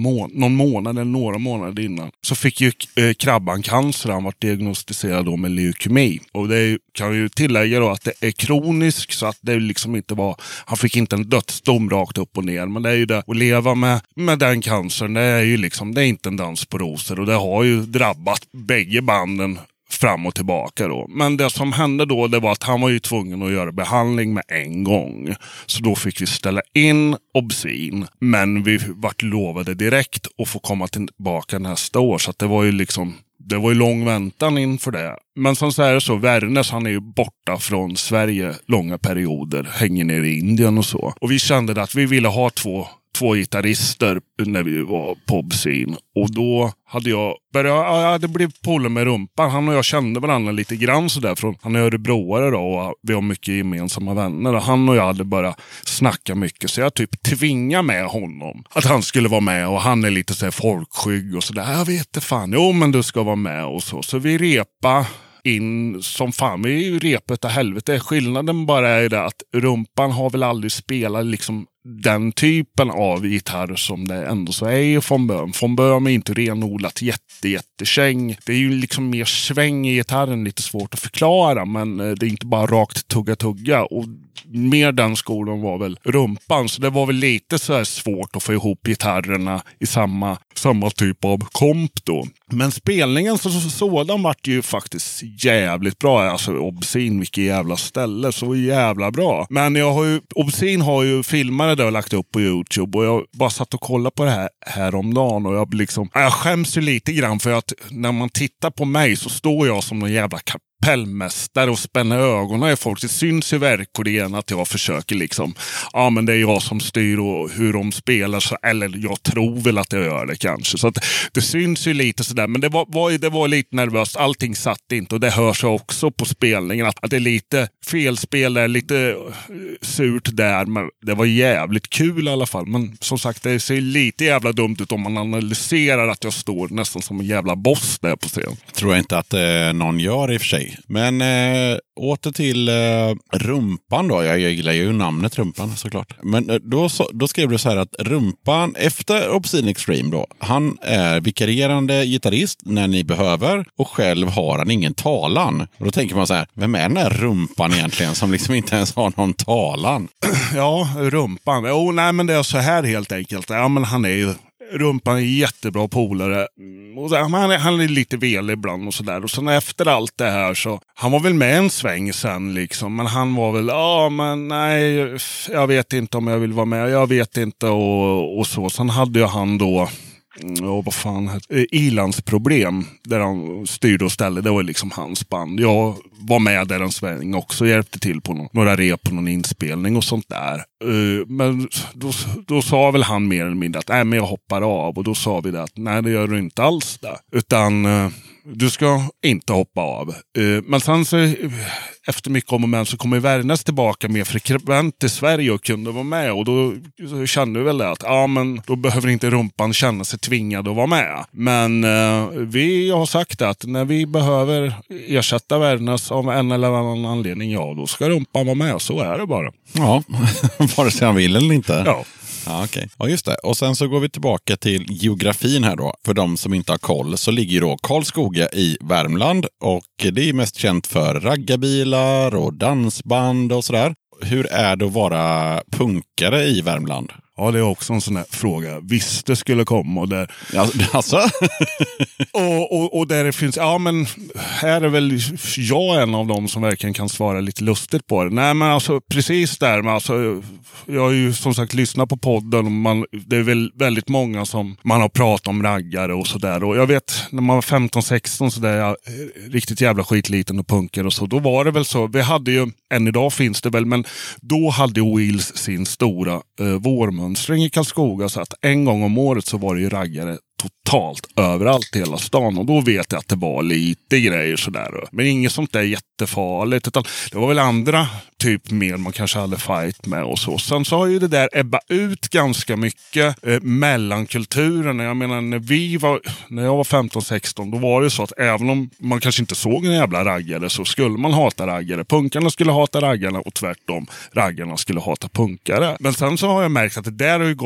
månader innan. Så fick ju Krabban cancer, han var diagnostiserad då med leukemi. Och det kan ju tillägga då att det är kronisk, så att det liksom inte var, han fick inte en dödsdom rakt upp och ner. Men det är ju det, att leva med den cancern, det är ju liksom, det är inte en dans på rosor. Och det har ju drabbat bägge banden fram och tillbaka då. Men det som hände då, det var att han var ju tvungen att göra behandling med en gång. Så då fick vi ställa in Obscene. Men vi vart lovade direkt att få komma tillbaka nästa år. Så att det var ju liksom, det var ju lång väntan inför det. Men som så är det så, Wernes, han är ju borta från Sverige långa perioder. Hänger ner i Indien och så. Och vi kände att vi ville ha två gitarrister när vi var på Obscene. Och då hade jag blivit polare med Rumpan. Han och jag kände varandra lite grann sådär. Han är örebroare då och vi har mycket gemensamma vänner. Och han och jag hade bara snackat mycket. Så jag typ tvingade med honom att han skulle vara med. Och han är lite så här folkskygg och sådär. Jag vet inte fan. Jo, men du ska vara med och så. Så vi repa in som fan. Vi är ju repet av helvete. Skillnaden bara är det att Rumpan har väl aldrig spelat liksom den typen av gitarr som det ändå så är ju von Böhm. Von Böhm är inte renodlat jättekäng. Det är ju liksom mer sväng i gitarren, lite svårt att förklara, men det är inte bara rakt tugga. Och mer den skolan var väl Rumpan, så det var väl lite så här svårt att få ihop gitarrerna i samma typ av komp då. Men spelningen sådan vart ju faktiskt jävligt bra. Alltså Obscene, vilket jävla ställe, så jävla bra. Men Obscene har ju filmare där och lagt upp på YouTube, och jag bara satt och kollade på det här om dagen, och jag skäms ju lite grann för att när man tittar på mig så står jag som någon jävla kapellmästare och spänner ögonen i folk. Det syns i verkligen att jag försöker liksom, men det är jag som styr och hur de spelar, så, eller jag tror väl att jag gör det kanske. Så att det syns ju lite sådär, men det var lite nervöst. Allting satt inte, och det hörs också på spelningen att det är lite felspel, det är lite surt där, men det var jävligt kul i alla fall. Men som sagt, det ser lite jävla dumt ut om man analyserar att jag står nästan som en jävla boss där på scen. Tror jag inte att någon gör i och för sig. Men åter till Rumpan då. Jag gillar ju namnet Rumpan såklart. Men då skrev du så här att Rumpan efter Obscene Extreme då, han är vikarierande gitarrist när ni behöver, och själv har han ingen talan. Och då tänker man så här, vem är den här Rumpan egentligen som liksom inte ens har någon talan? Ja, Rumpan. Men det är så här helt enkelt. Ja, men han är ju Rumpan är jättebra polare. Och så, han är lite velig ibland och sådär. Och sen efter allt det här så, han var väl med en sväng sen liksom. Men han var väl, men nej, jag vet inte om jag vill vara med. Jag vet inte och så. Sen hade ju han då, vad fan Ilandsproblem, där han styrde och ställde. Det var liksom hans band. Jag var med där en sväng också, hjälpte till på några rep på någon inspelning och sånt där. Men då sa väl han mer eller mindre att men jag hoppar av. Och då sa vi det att nej, det gör du inte alls det. Utan du ska inte hoppa av. Men sen så efter mycket om och men så kommer Wernes tillbaka mer frekvent till Sverige och kunde vara med. Och då kände vi väl det att men då behöver inte Rumpan känna sig tvingad att vara med. Men vi har sagt att när vi behöver ersätta Wernes av en eller annan anledning, då ska Rumpan vara med. Så är det bara. Ja, vare sig han vill eller inte. Ja. Ja, okej. Ja, just det. Och sen så går vi tillbaka till geografin här då. För de som inte har koll så ligger ju då Karlskoga i Värmland. Och det är mest känt för raggarbilar och dansband och sådär. Hur är det att vara punkare i Värmland? Ja, det är också en sån här fråga. Visst det skulle komma och där... Alltså? och där det finns... Ja, men här är väl jag en av dem som verkligen kan svara lite lustigt på det. Nej, men alltså precis där. Men alltså, jag har ju som sagt lyssnat på podden. Och det är väl väldigt många som man har pratat om raggare och sådär. Och jag vet, när man var 15-16 så där, riktigt jävla skitliten och punker och så. Då var det väl så. Vi hade ju, än idag finns det väl, men då hade Wheels sin stora vårmönstring i Karlskoga, så att en gång om året så var det ju raggare totalt överallt i hela stan. Och då vet jag att det var lite grejer sådär. Men inget sånt där jättefarligt. Utan det var väl andra typ mer man kanske hade fight med och så. Sen så har ju det där ebba ut ganska mycket mellan kulturerna. Jag menar när jag var 15-16 då var det så att även om man kanske inte såg en jävla raggare så skulle man hata raggare. Punkarna skulle hata raggarna och tvärtom. Raggarna skulle hata punkare. Men sen så har jag märkt att det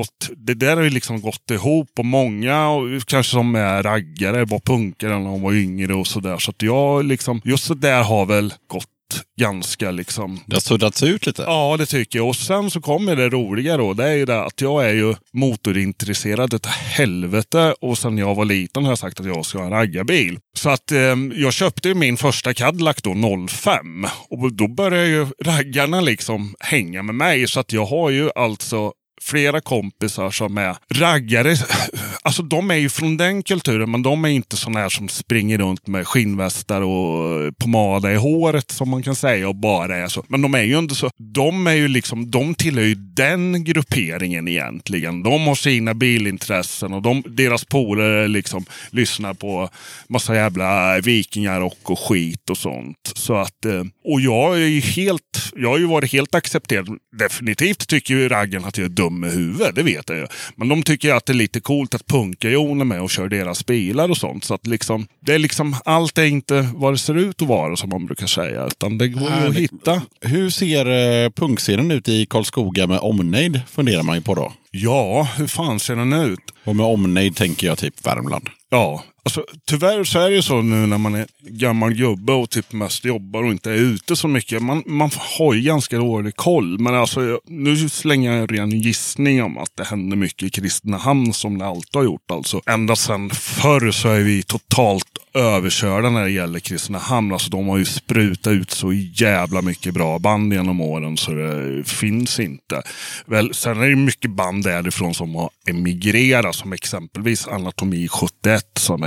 där har ju liksom gått ihop och många och kanske som är raggare var punkare när de var yngre och sådär. Så att jag liksom, just så där har väl gått ganska liksom... Det har suddats ut lite. Ja, det tycker jag. Och sen så kommer det roliga då. Det är ju det att jag är ju motorintresserad utav helvete. Och sen jag var liten har jag sagt att jag ska ha en raggarbil. Så att jag köpte ju min första Cadillac då 05. Och då började ju raggarna liksom hänga med mig. Så att jag har ju alltså flera kompisar som är raggare. Alltså de är ju från den kulturen, men de är inte såna här som springer runt med skinnvästar och pomada i håret som man kan säga och bara är så. Men de är ju inte så. De är ju liksom, de tillhör ju den grupperingen egentligen. De har sina bilintressen och deras polare liksom lyssnar på massa jävla vikingarock och skit och sånt. Så att, och jag har ju varit helt accepterad. Definitivt tycker ju raggen att jag är dum med huvudet, det vet jag ju. Men de tycker att det är lite coolt att punka Jon med och köra deras bilar och sånt. Så att liksom, det är liksom, allt är inte vad det ser ut att vara som man brukar säga. Utan det går ju att hitta. Hur ser punkscenen ut i Karlskoga med omnejd, funderar man ju på då? Ja, hur fan ser den ut? Och med omnejd tänker jag typ Värmland. Ja, alltså tyvärr så är det ju så nu när man är gammal gubbe och typ mest jobbar och inte är ute så mycket. Man har ju ganska dålig koll. Men alltså nu slänger jag en ren gissning om att det händer mycket i Kristinehamn som det alltid har gjort. Alltså ända sedan förr så är vi totalt överkörda när det gäller Kristinehamn. Alltså de har ju sprutat ut så jävla mycket bra band genom åren så det finns inte. Väl, sen är det mycket band därifrån som har emigrerat, som exempelvis Anatomi 71 som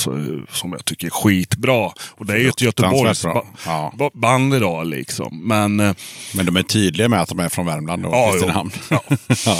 jag tycker är skitbra. Och det är ju ett Göteborgs band idag liksom. Men de är tydliga med att de är från Värmland och Kristinehamn. Ja. Ja.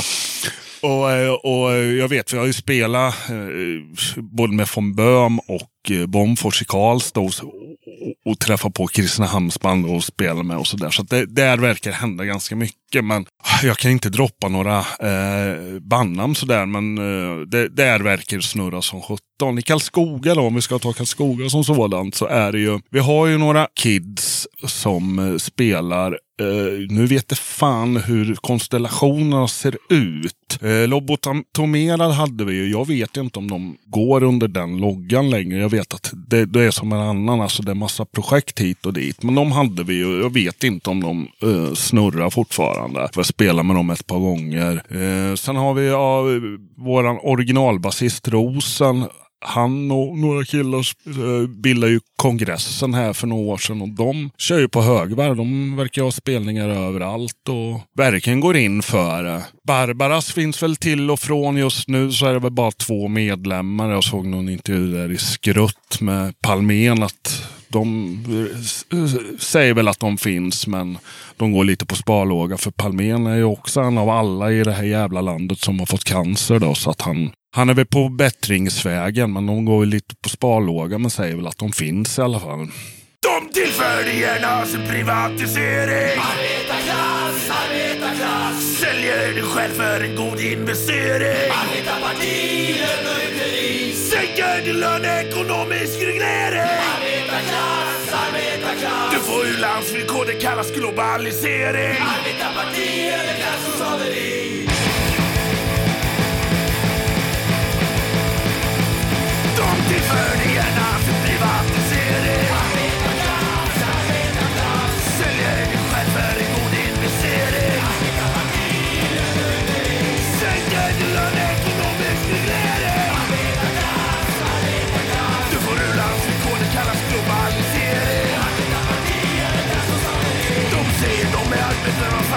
Och jag vet, vi har ju spelat både med von Böhm och Bomfors i Karlstad och träffa på Kristinehamnsband och spela med och sådär. Så att där verkar hända ganska mycket. Men jag kan inte droppa några bandnamn sådär. Men där verkar det snurra som 17. I Karlskoga då, om vi ska ta Karlskoga som sådant, så är det ju... Vi har ju några kids som spelar... nu vet jag fan hur konstellationerna ser ut. Lobotomerad hade vi ju. Jag vet inte om de går under den loggan längre. Jag vet att det är som en annan. Alltså det är massa projekt hit och dit. Men de hade vi ju. Jag vet inte om de snurrar fortfarande. För jag spelar med dem ett par gånger. Sen har vi våran originalbasist Rosen. Han och några killar bildar ju kongressen här för några år sedan och de kör ju på högvarv. De verkar ha spelningar överallt och verkligen går in för. Barbaras finns väl till och från just nu, så är det väl bara 2 medlemmar. Jag såg någon intervju där i Skrutt med Palmén att de säger väl att de finns, men de går lite på sparlåga, för Palmén är ju också en av alla i det här jävla landet som har fått cancer då, så att han är väl på bättringsvägen, men de går ju lite på sparlåga, men säger väl att de finns i alla fall. De tillförde gärna sin privatisering. Arbetarklass. Säljer dig själv för en god investering. Arbetarpartier nöjderi. Sänker din lön, ekonomisk reglering. Arbetarklass. Du får ju landsvillkor, det kallas globalisering. Arbetarpartier eller klassoslaveri. De tillförde gärna sin privatisering. Arbetarklass. Säljer dig själv för en god investering. Sänker din lön, ekonomisk reglering. Du får ur landsvillkor, det kallas globalisering. De säger de är arbetarna.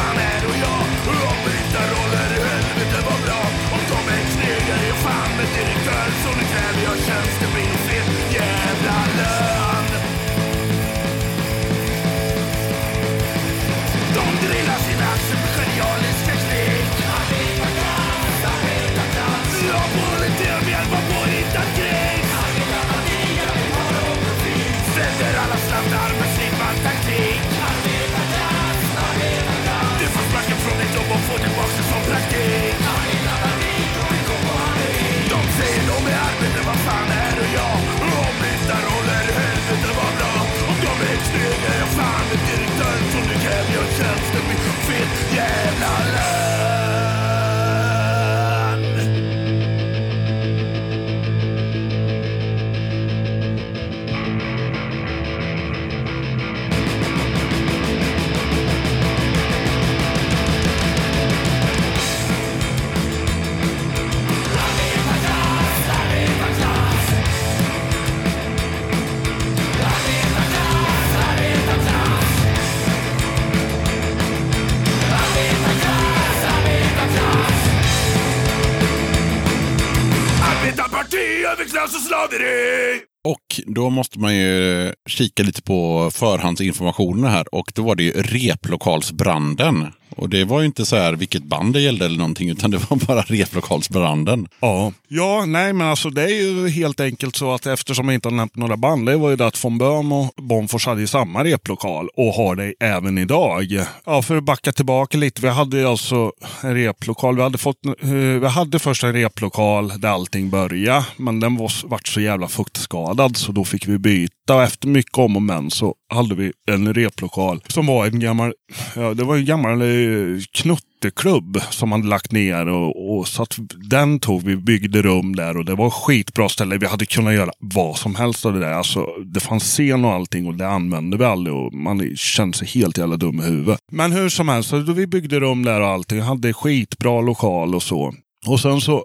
slaveri! Och då måste man ju kika lite på förhandsinformationen här. Och då var det ju replokalsbranden. Och det var ju inte så här vilket band det gällde eller någonting, utan det var bara replokalsbranden. Ja, nej men alltså det är ju helt enkelt så att eftersom jag inte har nämnt några band, det var ju det att von Böhm och Bonfors hade ju samma replokal och har det även idag. Ja, för att backa tillbaka lite, vi hade ju alltså en replokal, vi hade först en replokal där allting började, men den vart så jävla fuktskadad så då fick vi byta, och efter mycket om och men så hade vi en replokal som var en gammal, det var en gammal knutteklubb som hade lagt ner och så att den vi byggde rum där och det var skitbra ställe. Vi hade kunnat göra vad som helst av det där. Alltså, det fanns scen och allting och det använde vi aldrig och man kände sig helt jävla dum i huvudet. Men hur som helst, så då vi byggde rum där och allting, hade skitbra lokal och så. Och sen så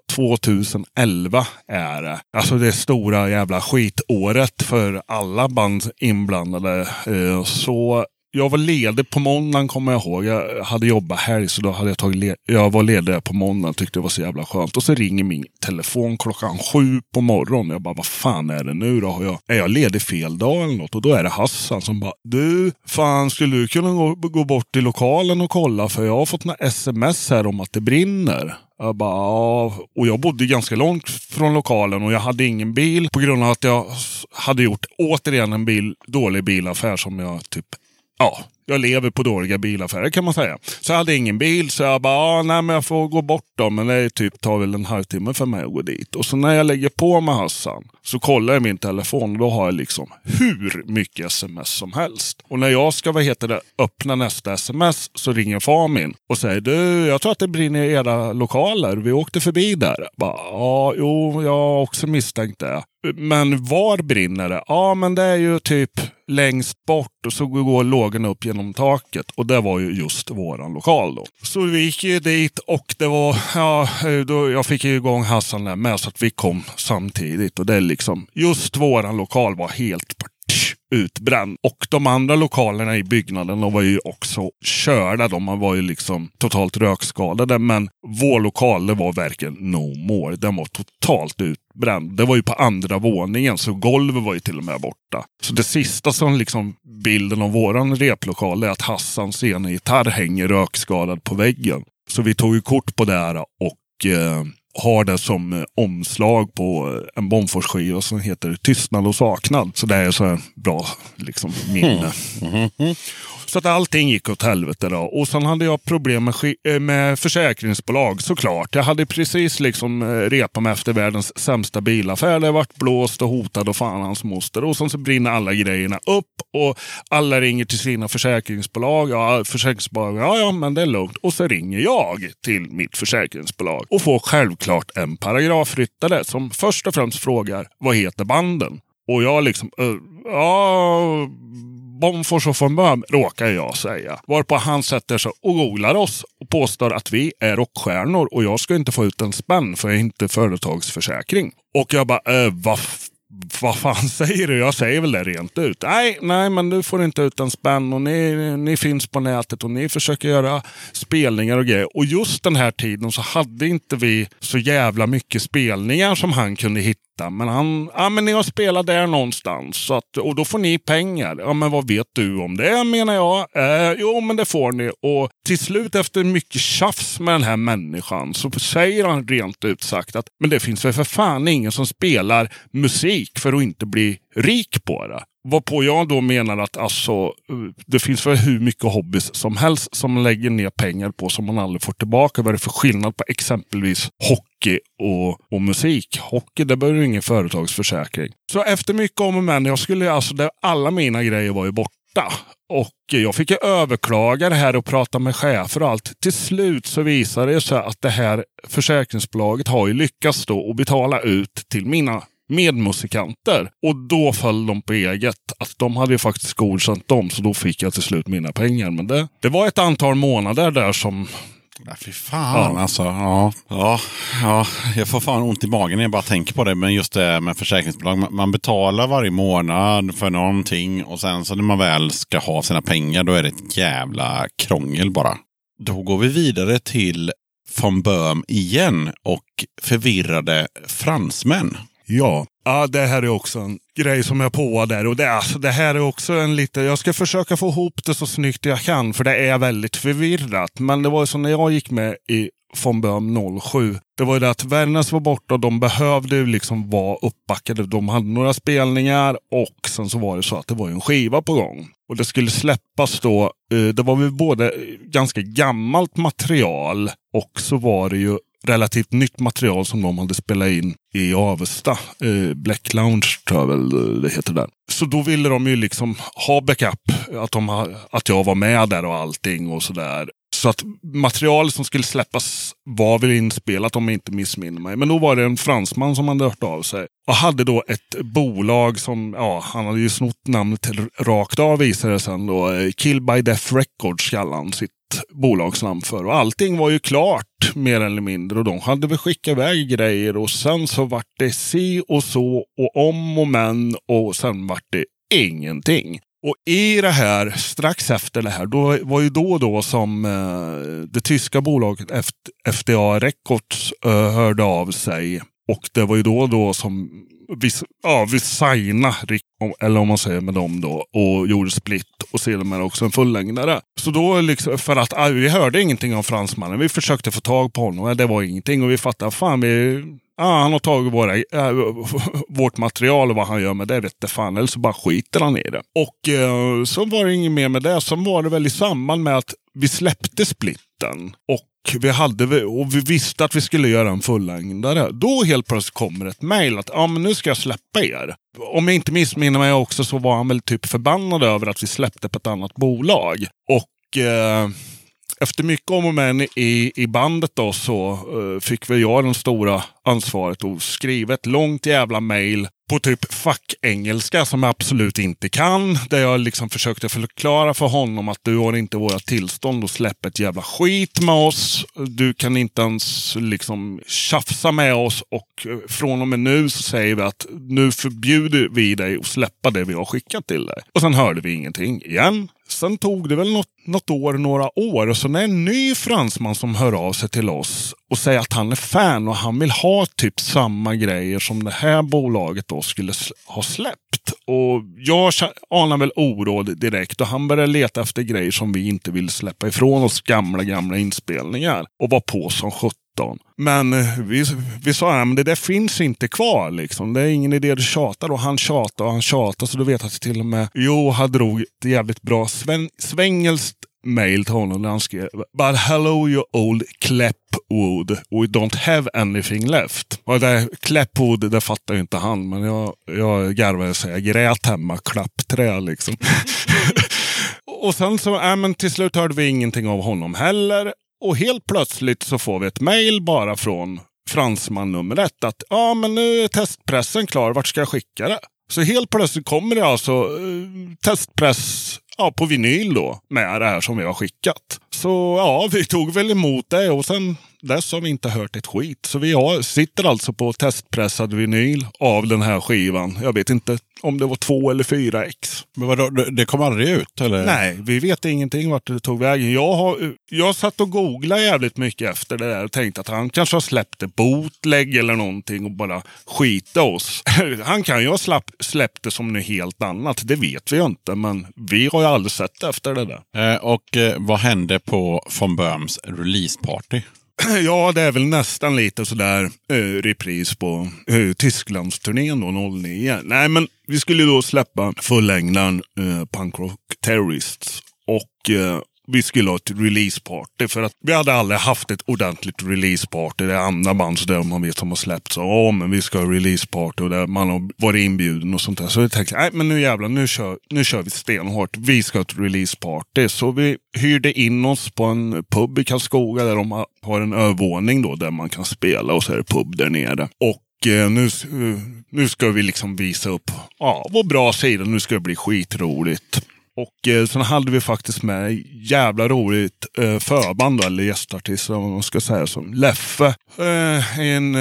2011 är det. Alltså det stora jävla skitåret för alla band inblandade. Så jag var ledig på måndagen kommer jag ihåg. Jag hade jobbat här så då hade jag var ledig på måndagen, tyckte det var så jävla skönt. Och så ringer min telefon 7:00 på morgonen. Jag bara, vad fan är det nu då? Är jag ledig fel dag eller något? Och då är det Hassan som bara, du, fan skulle du kunna gå bort till lokalen och kolla? För jag har fått några sms här om att det brinner. Jag bara, ja. Och jag bodde ganska långt från lokalen och jag hade ingen bil på grund av att jag hade gjort återigen en dålig bilaffär som jag typ, jag lever på dåliga bilaffärer kan man säga. Så jag hade ingen bil så jag bara, nej men jag får gå bort då. Men det tar väl en halvtimme för mig att gå dit. Och så när jag lägger på med Hassan så kollar jag min telefon och då har jag liksom hur mycket sms som helst. Och när jag ska öppna nästa sms så ringer far min och säger, du, jag tror att det brinner i era lokaler. Vi åkte förbi där. Bara, jag har också misstänkt det. Men var brinner det? Ja, men det är ju typ längst bort och så går lågen upp genom taket. Och det var ju just våran lokal då. Så vi gick ju dit och det var, jag fick ju igång Hassan där med så att vi kom samtidigt. Och det är liksom, just våran lokal var helt utbränd. Och de andra lokalerna i byggnaden, de var ju också körda. De var ju liksom totalt rökskadade. Men vår lokal, det var verkligen no more. Den var totalt utbränd. Det var ju på andra våningen, så golvet var ju till och med borta. Så det sista som liksom bilden av våran replokal är att Hassans ena gitarr hänger rökskadad på väggen. Så vi tog ju kort på det här och har det som omslag på en Bonfors-skiva som heter Tystnad och saknad. Så det är så en bra liksom, minne. Så att allting gick åt helvete då. Och sen hade jag problem med försäkringsbolag såklart. Jag hade precis liksom repat mig efter världens sämsta bilaffär. Det varit blåst och hotad och fan hans moster. Och sen så brinner alla grejerna upp och alla ringer till sina försäkringsbolag. Ja, försäkringsbolag, ja, men det är lugnt. Och så ringer jag till mitt försäkringsbolag och får självklart en paragrafryttare som först och främst frågar, vad heter banden? Och jag liksom, Bonfors och von Böhm råkar jag säga. Varpå han sätter sig och googlar oss och påstår att vi är rockstjärnor och jag ska inte få ut en spänn för jag är inte företagsförsäkring. Och jag bara, vad fan säger du? Jag säger väl det rent ut. Nej, men du får inte ut en spänn och ni finns på nätet och ni försöker göra spelningar och grejer. Och just den här tiden så hade inte vi så jävla mycket spelningar som han kunde hitta. Men men ni har spelat där någonstans så att, och då får ni pengar. Ja, men vad vet du om det, menar jag? Jo, men det får ni. Och till slut efter mycket tjafs med den här människan så säger han rent ut sagt att men det finns väl för fan ingen som spelar musik för att inte bli rik på det. Varpå jag då menar att alltså, det finns för hur mycket hobbys som helst som man lägger ner pengar på som man aldrig får tillbaka. Vad är det för skillnad på exempelvis hockey och musik? Hockey, det behöver ju ingen företagsförsäkring. Så efter mycket om och men, alla mina grejer var ju borta. Och jag fick ju överklaga det här och prata med chefer och allt. Till slut så visade det sig att det här försäkringsbolaget har ju lyckats då att betala ut till mina medmusikanter. Och då föll de på eget att de hade ju faktiskt godkänt dem, så då fick jag till slut mina pengar. Men det var ett antal månader där som... Ja, fy fan alltså. Ja, jag får fan ont i magen när jag bara tänker på det. Men just det med försäkringsbolag, man betalar varje månad för någonting och sen så när man väl ska ha sina pengar då är det ett jävla krångel bara. Då går vi vidare till von Böhm igen och förvirrade fransmän. Ja, det här är också en grej som jag på där. Och det här är också en lite... Jag ska försöka få ihop det så snyggt jag kan, för det är väldigt förvirrat. Men det var ju så när jag gick med i von Böhm 07. Det var ju det att Vännäs var borta och de behövde ju liksom vara uppbackade. De hade några spelningar och sen så var det så att det var en skiva på gång. Och det skulle släppas då. Det var väl både ganska gammalt material och så var det ju relativt nytt material som de hade spelat in i Avesta. Black Lounge tror jag väl det heter där. Så då ville de ju liksom ha backup. Att jag var med där och allting och sådär. Så att material som skulle släppas var väl inspelat om jag inte missminner mig. Men då var det en fransman som hade hört av sig. Och hade då ett bolag som, han hade ju snott namnet rakt av visade det sen då. Kill by Death Records kallade han sitt bolagsnamn för. Och allting var ju klart mer eller mindre. Och de hade väl skickat iväg grejer. Och sen så vart det si och så och om och men. Och sen vart det ingenting. Och i det här, strax efter det här, då var ju då som det tyska bolaget FDA Records hörde av sig. Och det var ju då som vi signade, eller om man säger med dem då, och gjorde split och sedan också en fullängdare. Så då liksom, för att vi hörde ingenting om fransmannen, vi försökte få tag på honom, det var ingenting och vi fattade, han har tagit vårt material och vad han gör med det vet det fan, eller så bara skiter han i det. Och så var det inget mer med det. Så var det väl i samband med att vi släppte splitten och vi visste att vi skulle göra en fullängdare. Då helt plötsligt kommer ett mejl att men nu ska jag släppa er. Om jag inte missminner mig också så var han väl typ förbannad över att vi släppte på ett annat bolag. Och efter mycket om och men i bandet då så fick väl jag den stora ansvaret att skriva ett långt jävla mejl på typ fackengelska som jag absolut inte kan. Där jag liksom försökte förklara för honom att du har inte våra tillstånd att släppa ett jävla skit med oss. Du kan inte ens liksom tjafsa med oss och från och med nu så säger vi att nu förbjuder vi dig att släppa det vi har skickat till dig. Och sen hörde vi ingenting igen. Sen tog det väl några år och så är en ny fransman som hör av sig till oss och säger att han är fan och han vill ha typ samma grejer som det här bolaget då skulle ha släppt. Och jag anar väl oråd direkt och han började leta efter grejer som vi inte vill släppa ifrån oss, gamla inspelningar och var på som 17. Men vi sa men det där finns inte kvar liksom. Det är ingen idé att tjata. Och han tjatade så du vet att till och med han drog ett jävligt bra svängelskt mail till honom där han skrev But hello you old Kleppwood, we don't have anything left. Och det Kleppwood, det fattar ju inte han, men jag garvade sig, jag grät hemma, klappträ liksom. Och sen så, men till slut hörde vi ingenting av honom heller. Och helt plötsligt så får vi ett mejl bara från fransman nummer 1 att men nu är testpressen klar, vart ska jag skicka det? Så helt plötsligt kommer det alltså testpress på vinyl då med det här som vi har skickat. Så vi tog väl emot det och sen dess har vi inte hört ett skit. Så vi sitter alltså på testpressad vinyl av den här skivan. Jag vet inte om det var 2 eller 4x. Men vadå, det kom aldrig ut eller? Nej, vi vet ingenting vart det tog vägen. Jag satt och googlade jävligt mycket efter det där och tänkte att han kanske har släppt ett bootleg eller någonting och bara skita oss. Han kan ju ha släppt det som något helt annat. Det vet vi ju inte, men vi har ju aldrig sett efter det där. Och vad hände på von Böhms releaseparty? Ja, det är väl nästan lite sådär repris på Tysklandsturnén då, 09. Nej, men vi skulle då släppa fullängden Punk Rock Terrorists och vi skulle ha ett releaseparty för att vi hade aldrig haft ett ordentligt releaseparty. Det är andra band så där man vet som har släppt så men vi ska ha releaseparty och där man har varit inbjuden och sånt där. Så jag tänkte, nej men nu jävlar, nu kör vi stenhårt. Vi ska ha ett releaseparty. Så vi hyrde in oss på en pub i Karlskoga där de har en övervåning då där man kan spela och så är det pub där nere. Och nu ska vi liksom visa upp vår bra sida. Nu ska det bli skitroligt. Och sen hade vi faktiskt med jävla roligt förband då, eller gästartist om man ska säga, som Leffe. En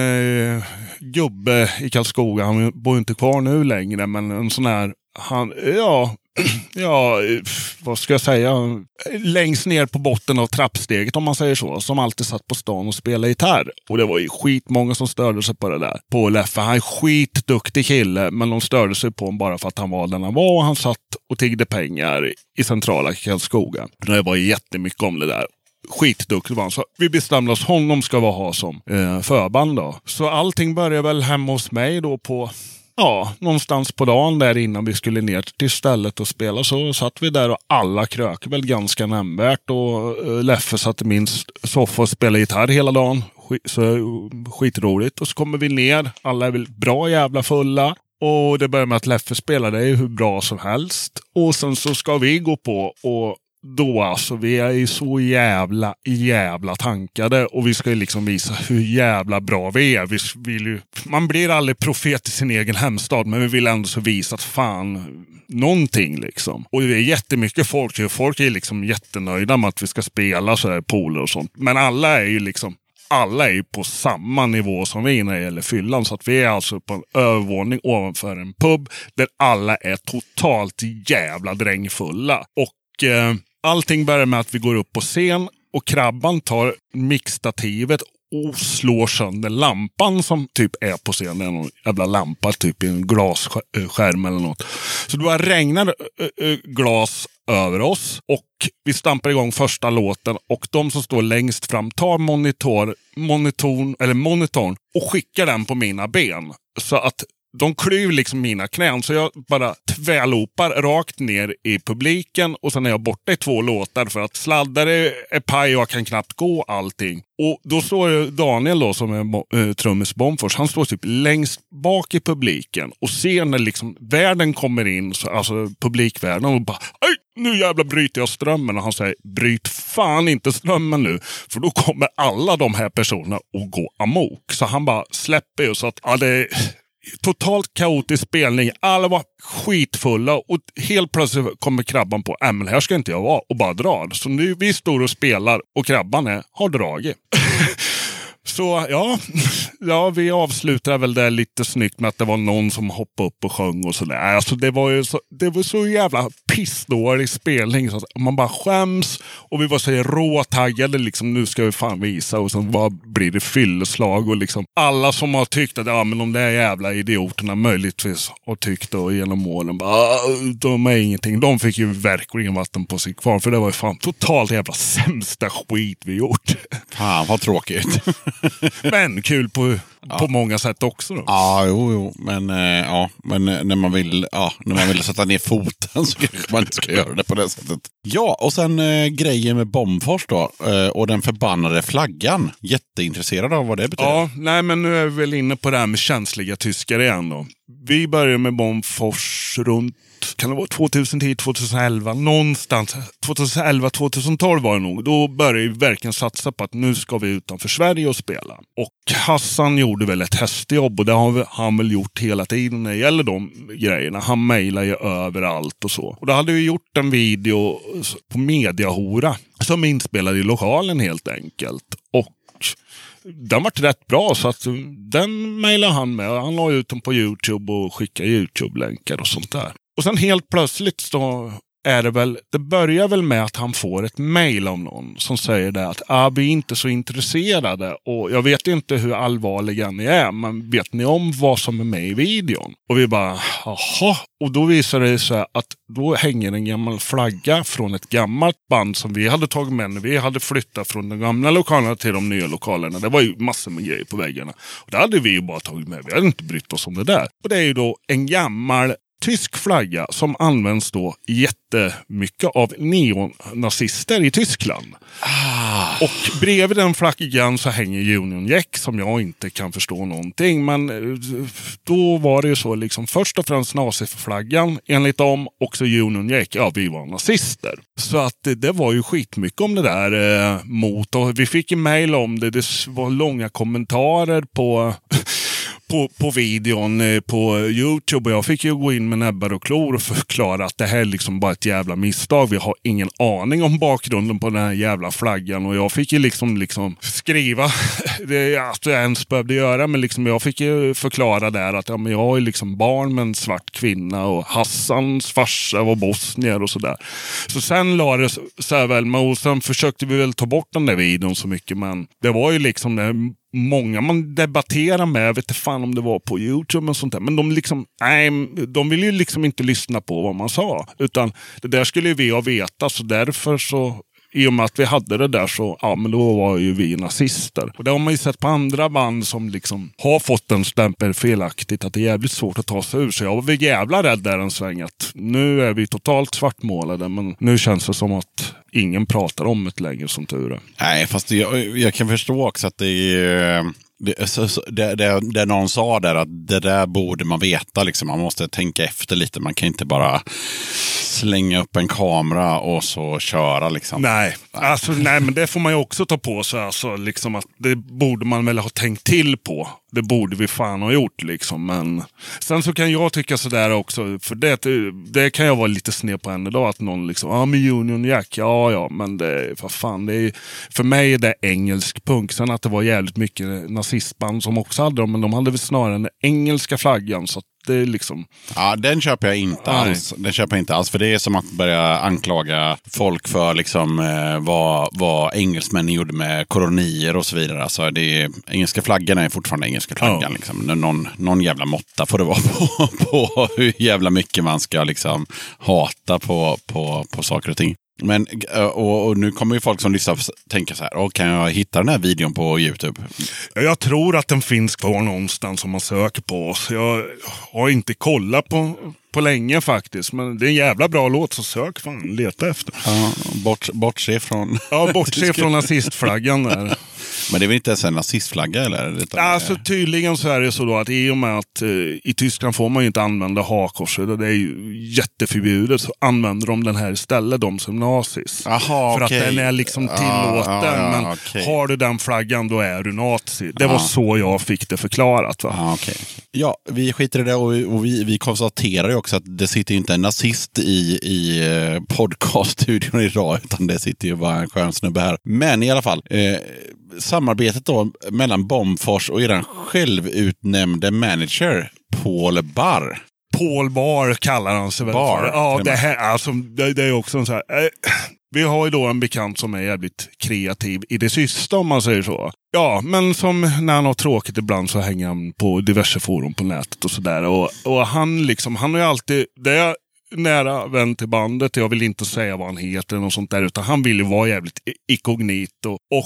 gubbe i Karlskoga, han bor inte kvar nu längre, men en sån här Ja, vad ska jag säga? Längst ner på botten av trappsteget, om man säger så. Som alltid satt på stan och spelade gitarr. Och det var ju skitmånga som störde sig på det där. På Leffe, han är skitduktig kille. Men de störde sig på honom bara för att han var den han var. Och han satt och tiggde pengar i centrala Karlskoga. Det var jättemycket om det där. Skitduktig var han. Så vi bestämde oss, honom ska vi ha som förband då. Så allting började väl hemma hos mig då på... Ja, någonstans på dagen där innan vi skulle ner till stället och spela så satt vi där och alla krök väl ganska nämnvärt och Leffe satt i min soffa och spelade gitarr hela dagen. Skitroligt. Och så kommer vi ner, alla är väl bra jävla fulla och det börjar med att Leffe spelade hur bra som helst och sen så ska vi gå på och då alltså, vi är ju så jävla tankade och vi ska ju liksom visa hur jävla bra vi är. Vi vill ju, man blir aldrig profet i sin egen hemstad, men vi vill ändå så visa att fan någonting liksom. Och det är jättemycket folk. Folk är liksom jättenöjda med att vi ska spela så här poler och sånt. Men alla är ju på samma nivå som vi när det gäller fyllan. Så att vi är alltså på en övervåning ovanför en pub där alla är totalt jävla drängfulla. Och allting börjar med att vi går upp på scen och Krabban tar mixstativet och slår sönder lampan som typ är på scenen. Det är någon jävla lampa typ i en glasskärm eller något. Så då regnar glas över oss och vi stampar igång första låten och de som står längst fram tar monitorn och skickar den på mina ben. Så att de klyver liksom mina knän så jag bara tvärlopar rakt ner i publiken och sen är jag borta i 2 låtar för att sladdare är paj och jag kan knappt gå allting. Och då står Daniel då som är trummis Bomfors, han står typ längst bak i publiken och ser när liksom världen kommer in, så, alltså publikvärlden och bara nu jävla bryter jag strömmen och han säger bryt fan inte strömmen nu för då kommer alla de här personerna att gå amok. Så han bara släpper ju så att det är totalt kaotisk spelning. Alla var skitfulla och helt plötsligt kommer Krabban på men här ska inte jag vara och bara drar. Så nu vi står och spelar och Krabban har dragit. Så ja, vi avslutar väl det lite snyggt med att det var någon som hoppade upp och sjöng och sådär. Alltså det var så jävla pissdålig spelning så att man bara skäms och vi var så råtaggade liksom, nu ska vi fan visa och sen blir det fylleslag och liksom alla som har tyckt att men de där jävla idioterna möjligtvis har tyckt då genom målen de är ingenting. De fick ju verkligen vatten på sig kvar för det var ju fan totalt jävla sämsta skit vi gjort. Fan vad tråkigt. Men kul på många sätt också då. Ja, jo. Men när man vill sätta ner foten så kanske man inte ska göra det på det sättet. Ja, och sen grejen med Bomfors då och den förbannade flaggan. Jätteintresserad av vad det betyder. Ja, nej men nu är vi väl inne på det här med känsliga tyskar igen då. Vi började med Bomfors runt, kan det vara 2010, 2011, någonstans 2011, 2012 var det nog. Då började vi verkligen satsa på att nu ska vi utanför Sverige och spela. Och Hassan gjorde väl ett hästjobb och det har han väl gjort hela tiden när det gäller de grejerna. Han mejlar ju överallt och så. Och då hade vi gjort en video på Mediahora som inspelade i lokalen helt enkelt. Och den var rätt bra så att den mejlade han med. Han la ut den på YouTube och skickade YouTube-länkar och sånt där. Och sen helt plötsligt så är det börjar väl med att han får ett mejl av någon som säger det att vi är inte så intresserade och jag vet inte hur allvarliga ni är, men vet ni om vad som är med i videon? Och vi bara, jaha. Och då visar det sig att då hänger en gammal flagga från ett gammalt band som vi hade tagit med när vi hade flyttat från de gamla lokalerna till de nya lokalerna. Det var ju massor med grejer på väggarna. Och det hade vi ju bara tagit med. Vi hade inte brytt oss om det där. Och det är ju då en gammal tysk flagga som används då jättemycket av neonazister i Tyskland. Och bredvid den flaggan så hänger Union Jack som jag inte kan förstå någonting. Men då var det ju så liksom först och främst naziflaggan enligt dem, också Union Jack. Ja, vi var nazister. Så att det var ju skitmycket om det där mot. Och vi fick en mejl om det. Det var långa kommentarer på på videon på YouTube, och jag fick ju gå in med näbbar och klor och förklara att det här är liksom bara ett jävla misstag. Vi har ingen aning om bakgrunden på den här jävla flaggan, och jag fick ju liksom skriva det att jag ens behövde göra, men liksom jag fick ju förklara där att men jag är liksom barn med en svart kvinna och Hassans farsa var bosnier och sådär. Så sen la det så här väl, och sen försökte vi väl ta bort den där videon så mycket, men det var ju liksom det många man debatterar med, jag vet inte fan om det var på YouTube och sånt där, men de vill ju liksom inte lyssna på vad man sa, utan det där skulle ju vi ha vetat, så därför så, i och med att vi hade det där, så men då var ju vi nazister. Och det har man ju sett på andra band som liksom har fått en stämpel felaktigt, att det är jävligt svårt att ta sig ur. Så jag var väl jävla rädd där en sväng att nu är vi totalt svartmålade, men nu känns det som att ingen pratar om det längre, som tur är. Nej, fast jag kan förstå också att det är... Det någon sa där, att det där borde man veta liksom. Man måste tänka efter lite. Man kan inte bara slänga upp en kamera och så köra liksom. Nej, men det får man ju också ta på sig, alltså, liksom, att det borde man väl ha tänkt till på. Det borde vi fan ha gjort liksom. Men sen så kan jag tycka sådär också, för det kan jag vara lite sned på än idag, att någon liksom, med Union Jack, men det, vad fan, det är, för mig är det engelsk punk. Sen att det var jävligt mycket nazistband som också hade dem, men de hade väl snarare den engelska flaggan, så det är liksom... Ja, den köper jag inte alls. Den köper jag inte alls, för det är som att börja anklaga folk för liksom vad engelsmän gjorde med kolonier och så vidare. Alltså engelska flaggan är fortfarande engelska flaggan liksom. Någon jävla måtta får det vara på hur jävla mycket man ska liksom hata på saker och ting. Men, och nu kommer ju folk som lyssnar tänka så här, kan jag hitta den här videon på YouTube? Jag tror att den finns kvar någonstans om man söker på oss. Jag har inte kollat på länge faktiskt, men det är en jävla bra låt, så sök fan, leta efter. Ja, bortse från... Ja, bortse från nazistflaggan där. Men det är väl inte ens en nazistflagga eller? Alltså tydligen så är det så då att i och med att i Tyskland får man ju inte använda hakkorset, det är ju jätteförbjudet, så använder de den här istället, de som nazis. Aha, för att den är liksom tillåten, men har du den flaggan då är du nazi. Det var så jag fick det förklarat, va? Ja, vi skiter i det, och vi konstaterar ju också att det sitter ju inte en nazist i podcaststudion idag, utan det sitter ju bara en skön snubbe här. Men i alla fall, samarbetet då mellan Bombfors och eran självutnämnde manager Paul Barr. Paul Barr kallar han sig väl för. Ja, det här, alltså, det är också en så här... vi har ju då en bekant som är jävligt kreativ i det sista, om man säger så. Ja, men som när han har tråkigt ibland så hänger han på diverse forum på nätet och sådär. Och han har ju alltid... Det är nära vän till bandet. Jag vill inte säga vad han heter och sånt där, utan han vill ju vara jävligt inkognito. Och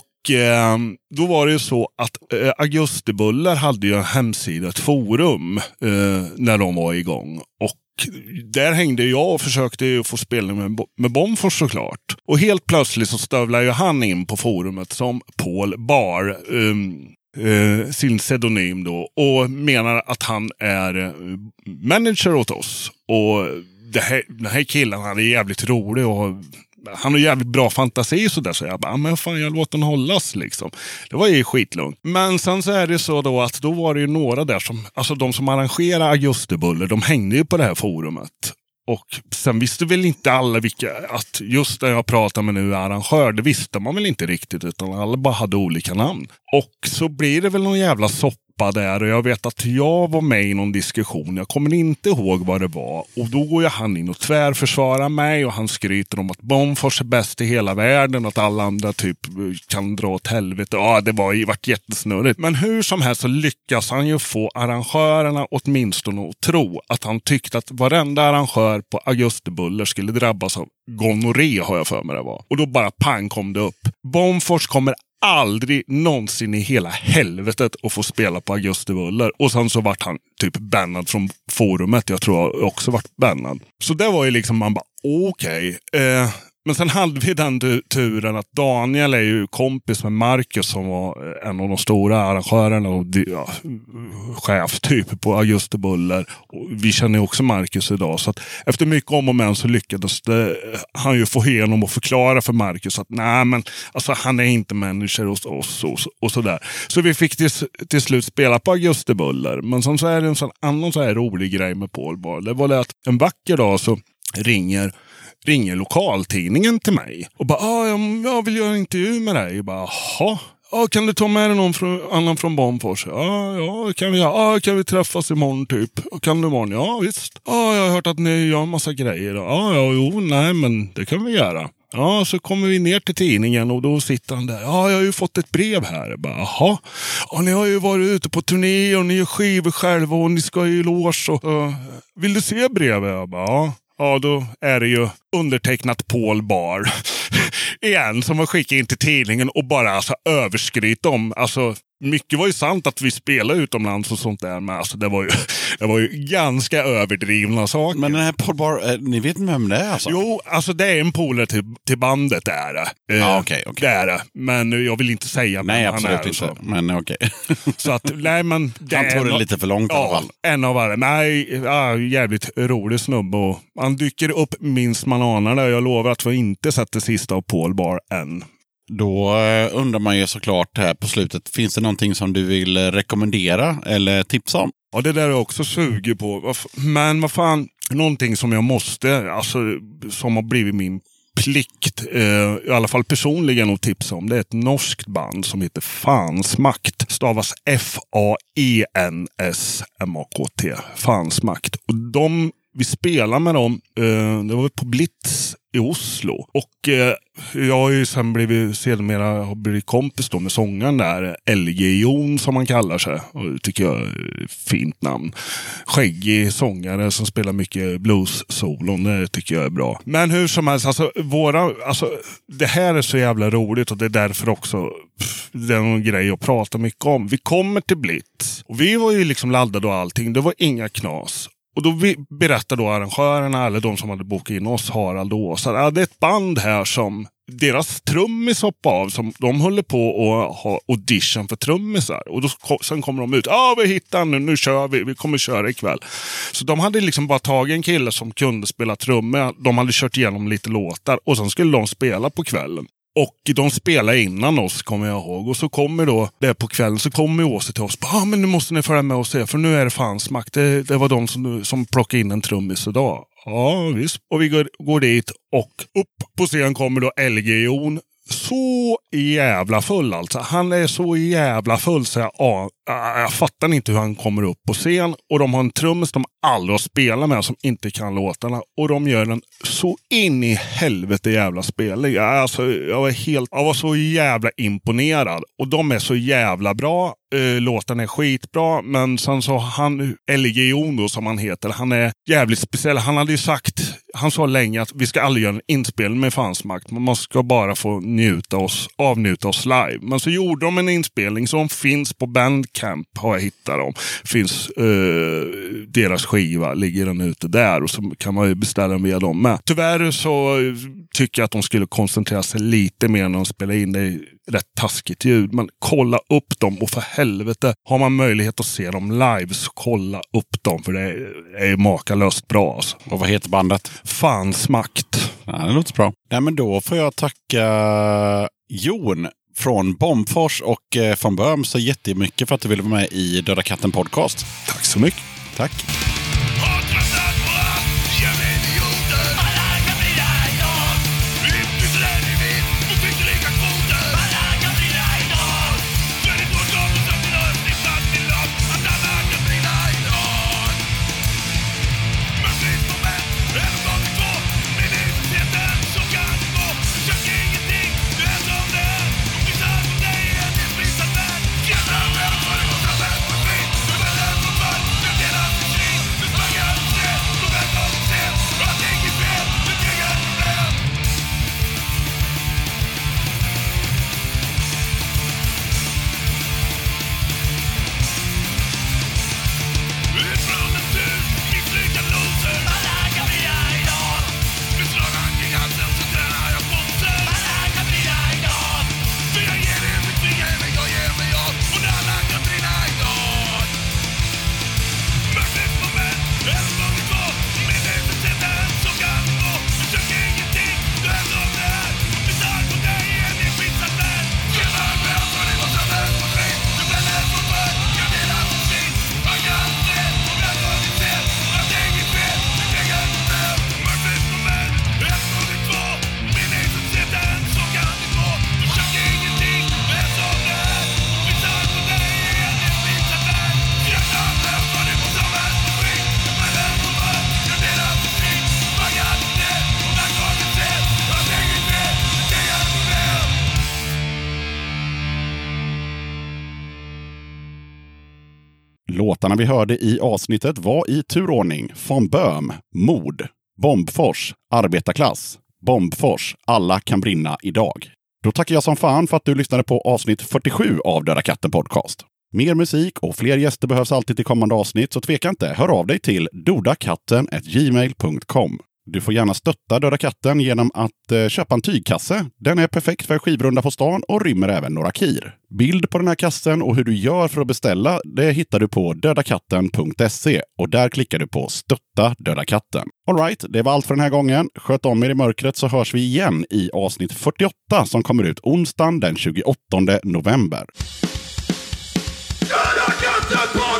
då var det ju så att Augustibuller hade ju en hemsida, ett forum, när de var igång. Och där hängde jag och försökte ju få spela med Bombfors såklart. Och helt plötsligt så stövlar ju han in på forumet som Paul Barr, sin pseudonym då, och menar att han är manager åt oss. Och den här killen, han är jävligt rolig och han har jävligt bra fantasi så där, så jag bara, men fan, jag låter den hållas liksom. Det var ju skitlugnt. Men sen så är det så då att då var det ju några där som, alltså de som arrangerar Augustibuller, de hängde ju på det här forumet. Och sen visste väl inte alla att just när jag pratar med nu arrangör, det visste man väl inte riktigt, utan alla bara hade olika namn. Och så blir det väl någon jävla soppa där, och jag vet att jag var med i någon diskussion, jag kommer inte ihåg vad det var, och då går jag han in och tvärförsvarar mig, och han skryter om att Bombfors är bäst i hela världen och att alla andra typ kan dra åt helvete. Ja, det varit jättesnurrigt. Men hur som helst så lyckas han ju få arrangörerna åtminstone att tro att han tyckte att varenda arrangör på Augustibuller skulle drabbas av gonorré, har jag för mig det var. Och då bara pang kom det upp. Bombfors kommer aldrig någonsin i hela helvetet att få spela på Augustibuller. Och sen så vart han typ bannad från forumet. Jag tror jag också vart bannad. Så det var ju liksom, man bara okej. Men sen hade vi den turen att Daniel är ju kompis med Marcus som var en av de stora arrangörerna och chef typ på Augusti Buller. Och vi känner ju också Marcus idag, så att efter mycket om och men så lyckades han ju få igenom och förklara för Marcus att nej, men alltså han är inte manager hos oss och sådär. Så vi fick till slut spela på Augusti Buller. Men sen så är det en sån annan så här rolig grej med Paul Bar. Det var det att en vacker dag så ringer lokaltidningen till mig och bara, jag vill göra en intervju med dig. Jag bara, jaha. Kan du ta med dig någon annan från Bomfors? Ja, kan vi träffas imorgon typ? Kan du imorgon? Ja, visst. Jag har hört att ni gör en massa grejer. Nej, men det kan vi göra. Ja, så kommer vi ner till tidningen och då sitter han där. Jag har ju fått ett brev här. Jag bara, jaha. Ni har ju varit ute på turné och ni gör skivor själva och ni ska ju lås. Vill du se brevet? Jag bara, ja, då är det ju undertecknat Paul Bar igen som har skickat in till tidningen och bara överskryt om. Alltså, mycket var ju sant att vi spelade utomlands och sånt där, men alltså, det var ju ganska överdrivna saker. Men den här Paul Bar, ni vet inte vem det är alltså? Jo, alltså det är en polare till bandet är det. Okej. Det är det. Men jag vill inte säga vem nej, han absolut är. Inte. Så. Men okej. Så att, nej men... Han tog det lite för långt i alla fall. En av alla. Nej, jävligt rolig snubbe. Och han dyker upp minst man anar det. Jag lovar att vi inte sett det sista av Paul Bar än. Då undrar man ju såklart här på slutet, finns det någonting som du vill rekommendera eller tipsa om? Ja, det där är jag också suger på. Men vad fan, någonting som jag måste, alltså som har blivit min plikt, i alla fall personligen att tipsa om, det är ett norskt band som heter Fansmakt. Stavas Fansmakt. Fansmakt. Och vi spelar med dem, det var på Blitz i Oslo. Och jag har ju sen sedermera blivit kompis då med sångaren där, LG Jon som man kallar sig. Och det tycker jag är ett fint namn. Skäggig sångare som spelar mycket blues-solon, det tycker jag är bra. Men hur som helst, alltså det här är så jävla roligt och det är därför också det är en grej att prata mycket om. Vi kommer till Blitz och vi var ju liksom laddade och allting, det var inga knas. Och då berättade då arrangörerna, eller de som hade bokat in oss, Harald och Åsa, det är ett band här som deras trummis hoppade av, som de håller på att ha audition för trummisar. Och då, sen kommer de ut, vi hittar nu kör vi kommer köra ikväll. Så de hade liksom bara tagit en kille som kunde spela trummor, de hade kört igenom lite låtar och sen skulle de spela på kvällen. Och de spelade innan oss, kommer jag ihåg. Och så kommer då, det på kvällen, så kommer Åse till oss. Men nu måste ni följa med och se, för nu är det Fansmakt. Det var de som plockade in en trummis idag. Ja, visst. Och vi går dit och upp på scen kommer då LG Jon. Så jävla full alltså. Han är så jävla full så jag fattar inte hur han kommer upp på scen. Och de har en trummis de aldrig har spelat med som inte kan låtarna. Och de gör den så in i helvete jävla spelning. Jag var så jävla imponerad. Och de är så jävla bra. Låten är skitbra. Men sen så han, LG Jon då som han heter, han är jävligt speciell. Han hade ju sagt, han sa länge att vi ska aldrig göra en inspelning med Fansmakt. Man ska bara få avnjuta oss live. Men så gjorde de en inspelning som finns på Bandcamp, har jag hittat dem. Finns deras skiva, ligger den ute där och så kan man ju beställa den via dem med. Tyvärr så tycker jag att de skulle koncentrera sig lite mer när de spelar in. Det är rätt taskigt ljud, men kolla upp dem och för helvete, har man möjlighet att se dem live så kolla upp dem, för det är makalöst bra alltså. Och vad heter bandet? Fansmakt. Ja, det låter bra. Nej, men då får jag tacka Jon från Bomfors och från Böhm så jättemycket för att du ville vara med i Döda katten podcast. Tack så mycket. Tack. Låtarna vi hörde i avsnittet var i turordning Von Böhm, Mord, Bombfors, Arbetarklass, Bombfors, Alla kan brinna idag. Då tackar jag som fan för att du lyssnade på avsnitt 47 av Döda katten podcast. Mer musik och fler gäster behövs alltid till kommande avsnitt, så tveka inte, hör av dig till dodakatten@gmail.com. Du får gärna stötta Döda katten genom att köpa en tygkasse. Den är perfekt för skivrunda på stan och rymmer även några kir. Bild på den här kassen och hur du gör för att beställa, det hittar du på dödakatten.se och där klickar du på stötta Döda katten. All right, det var allt för den här gången. Sköt om er i mörkret så hörs vi igen i avsnitt 48 som kommer ut onsdagen den 28 november. Döda katten!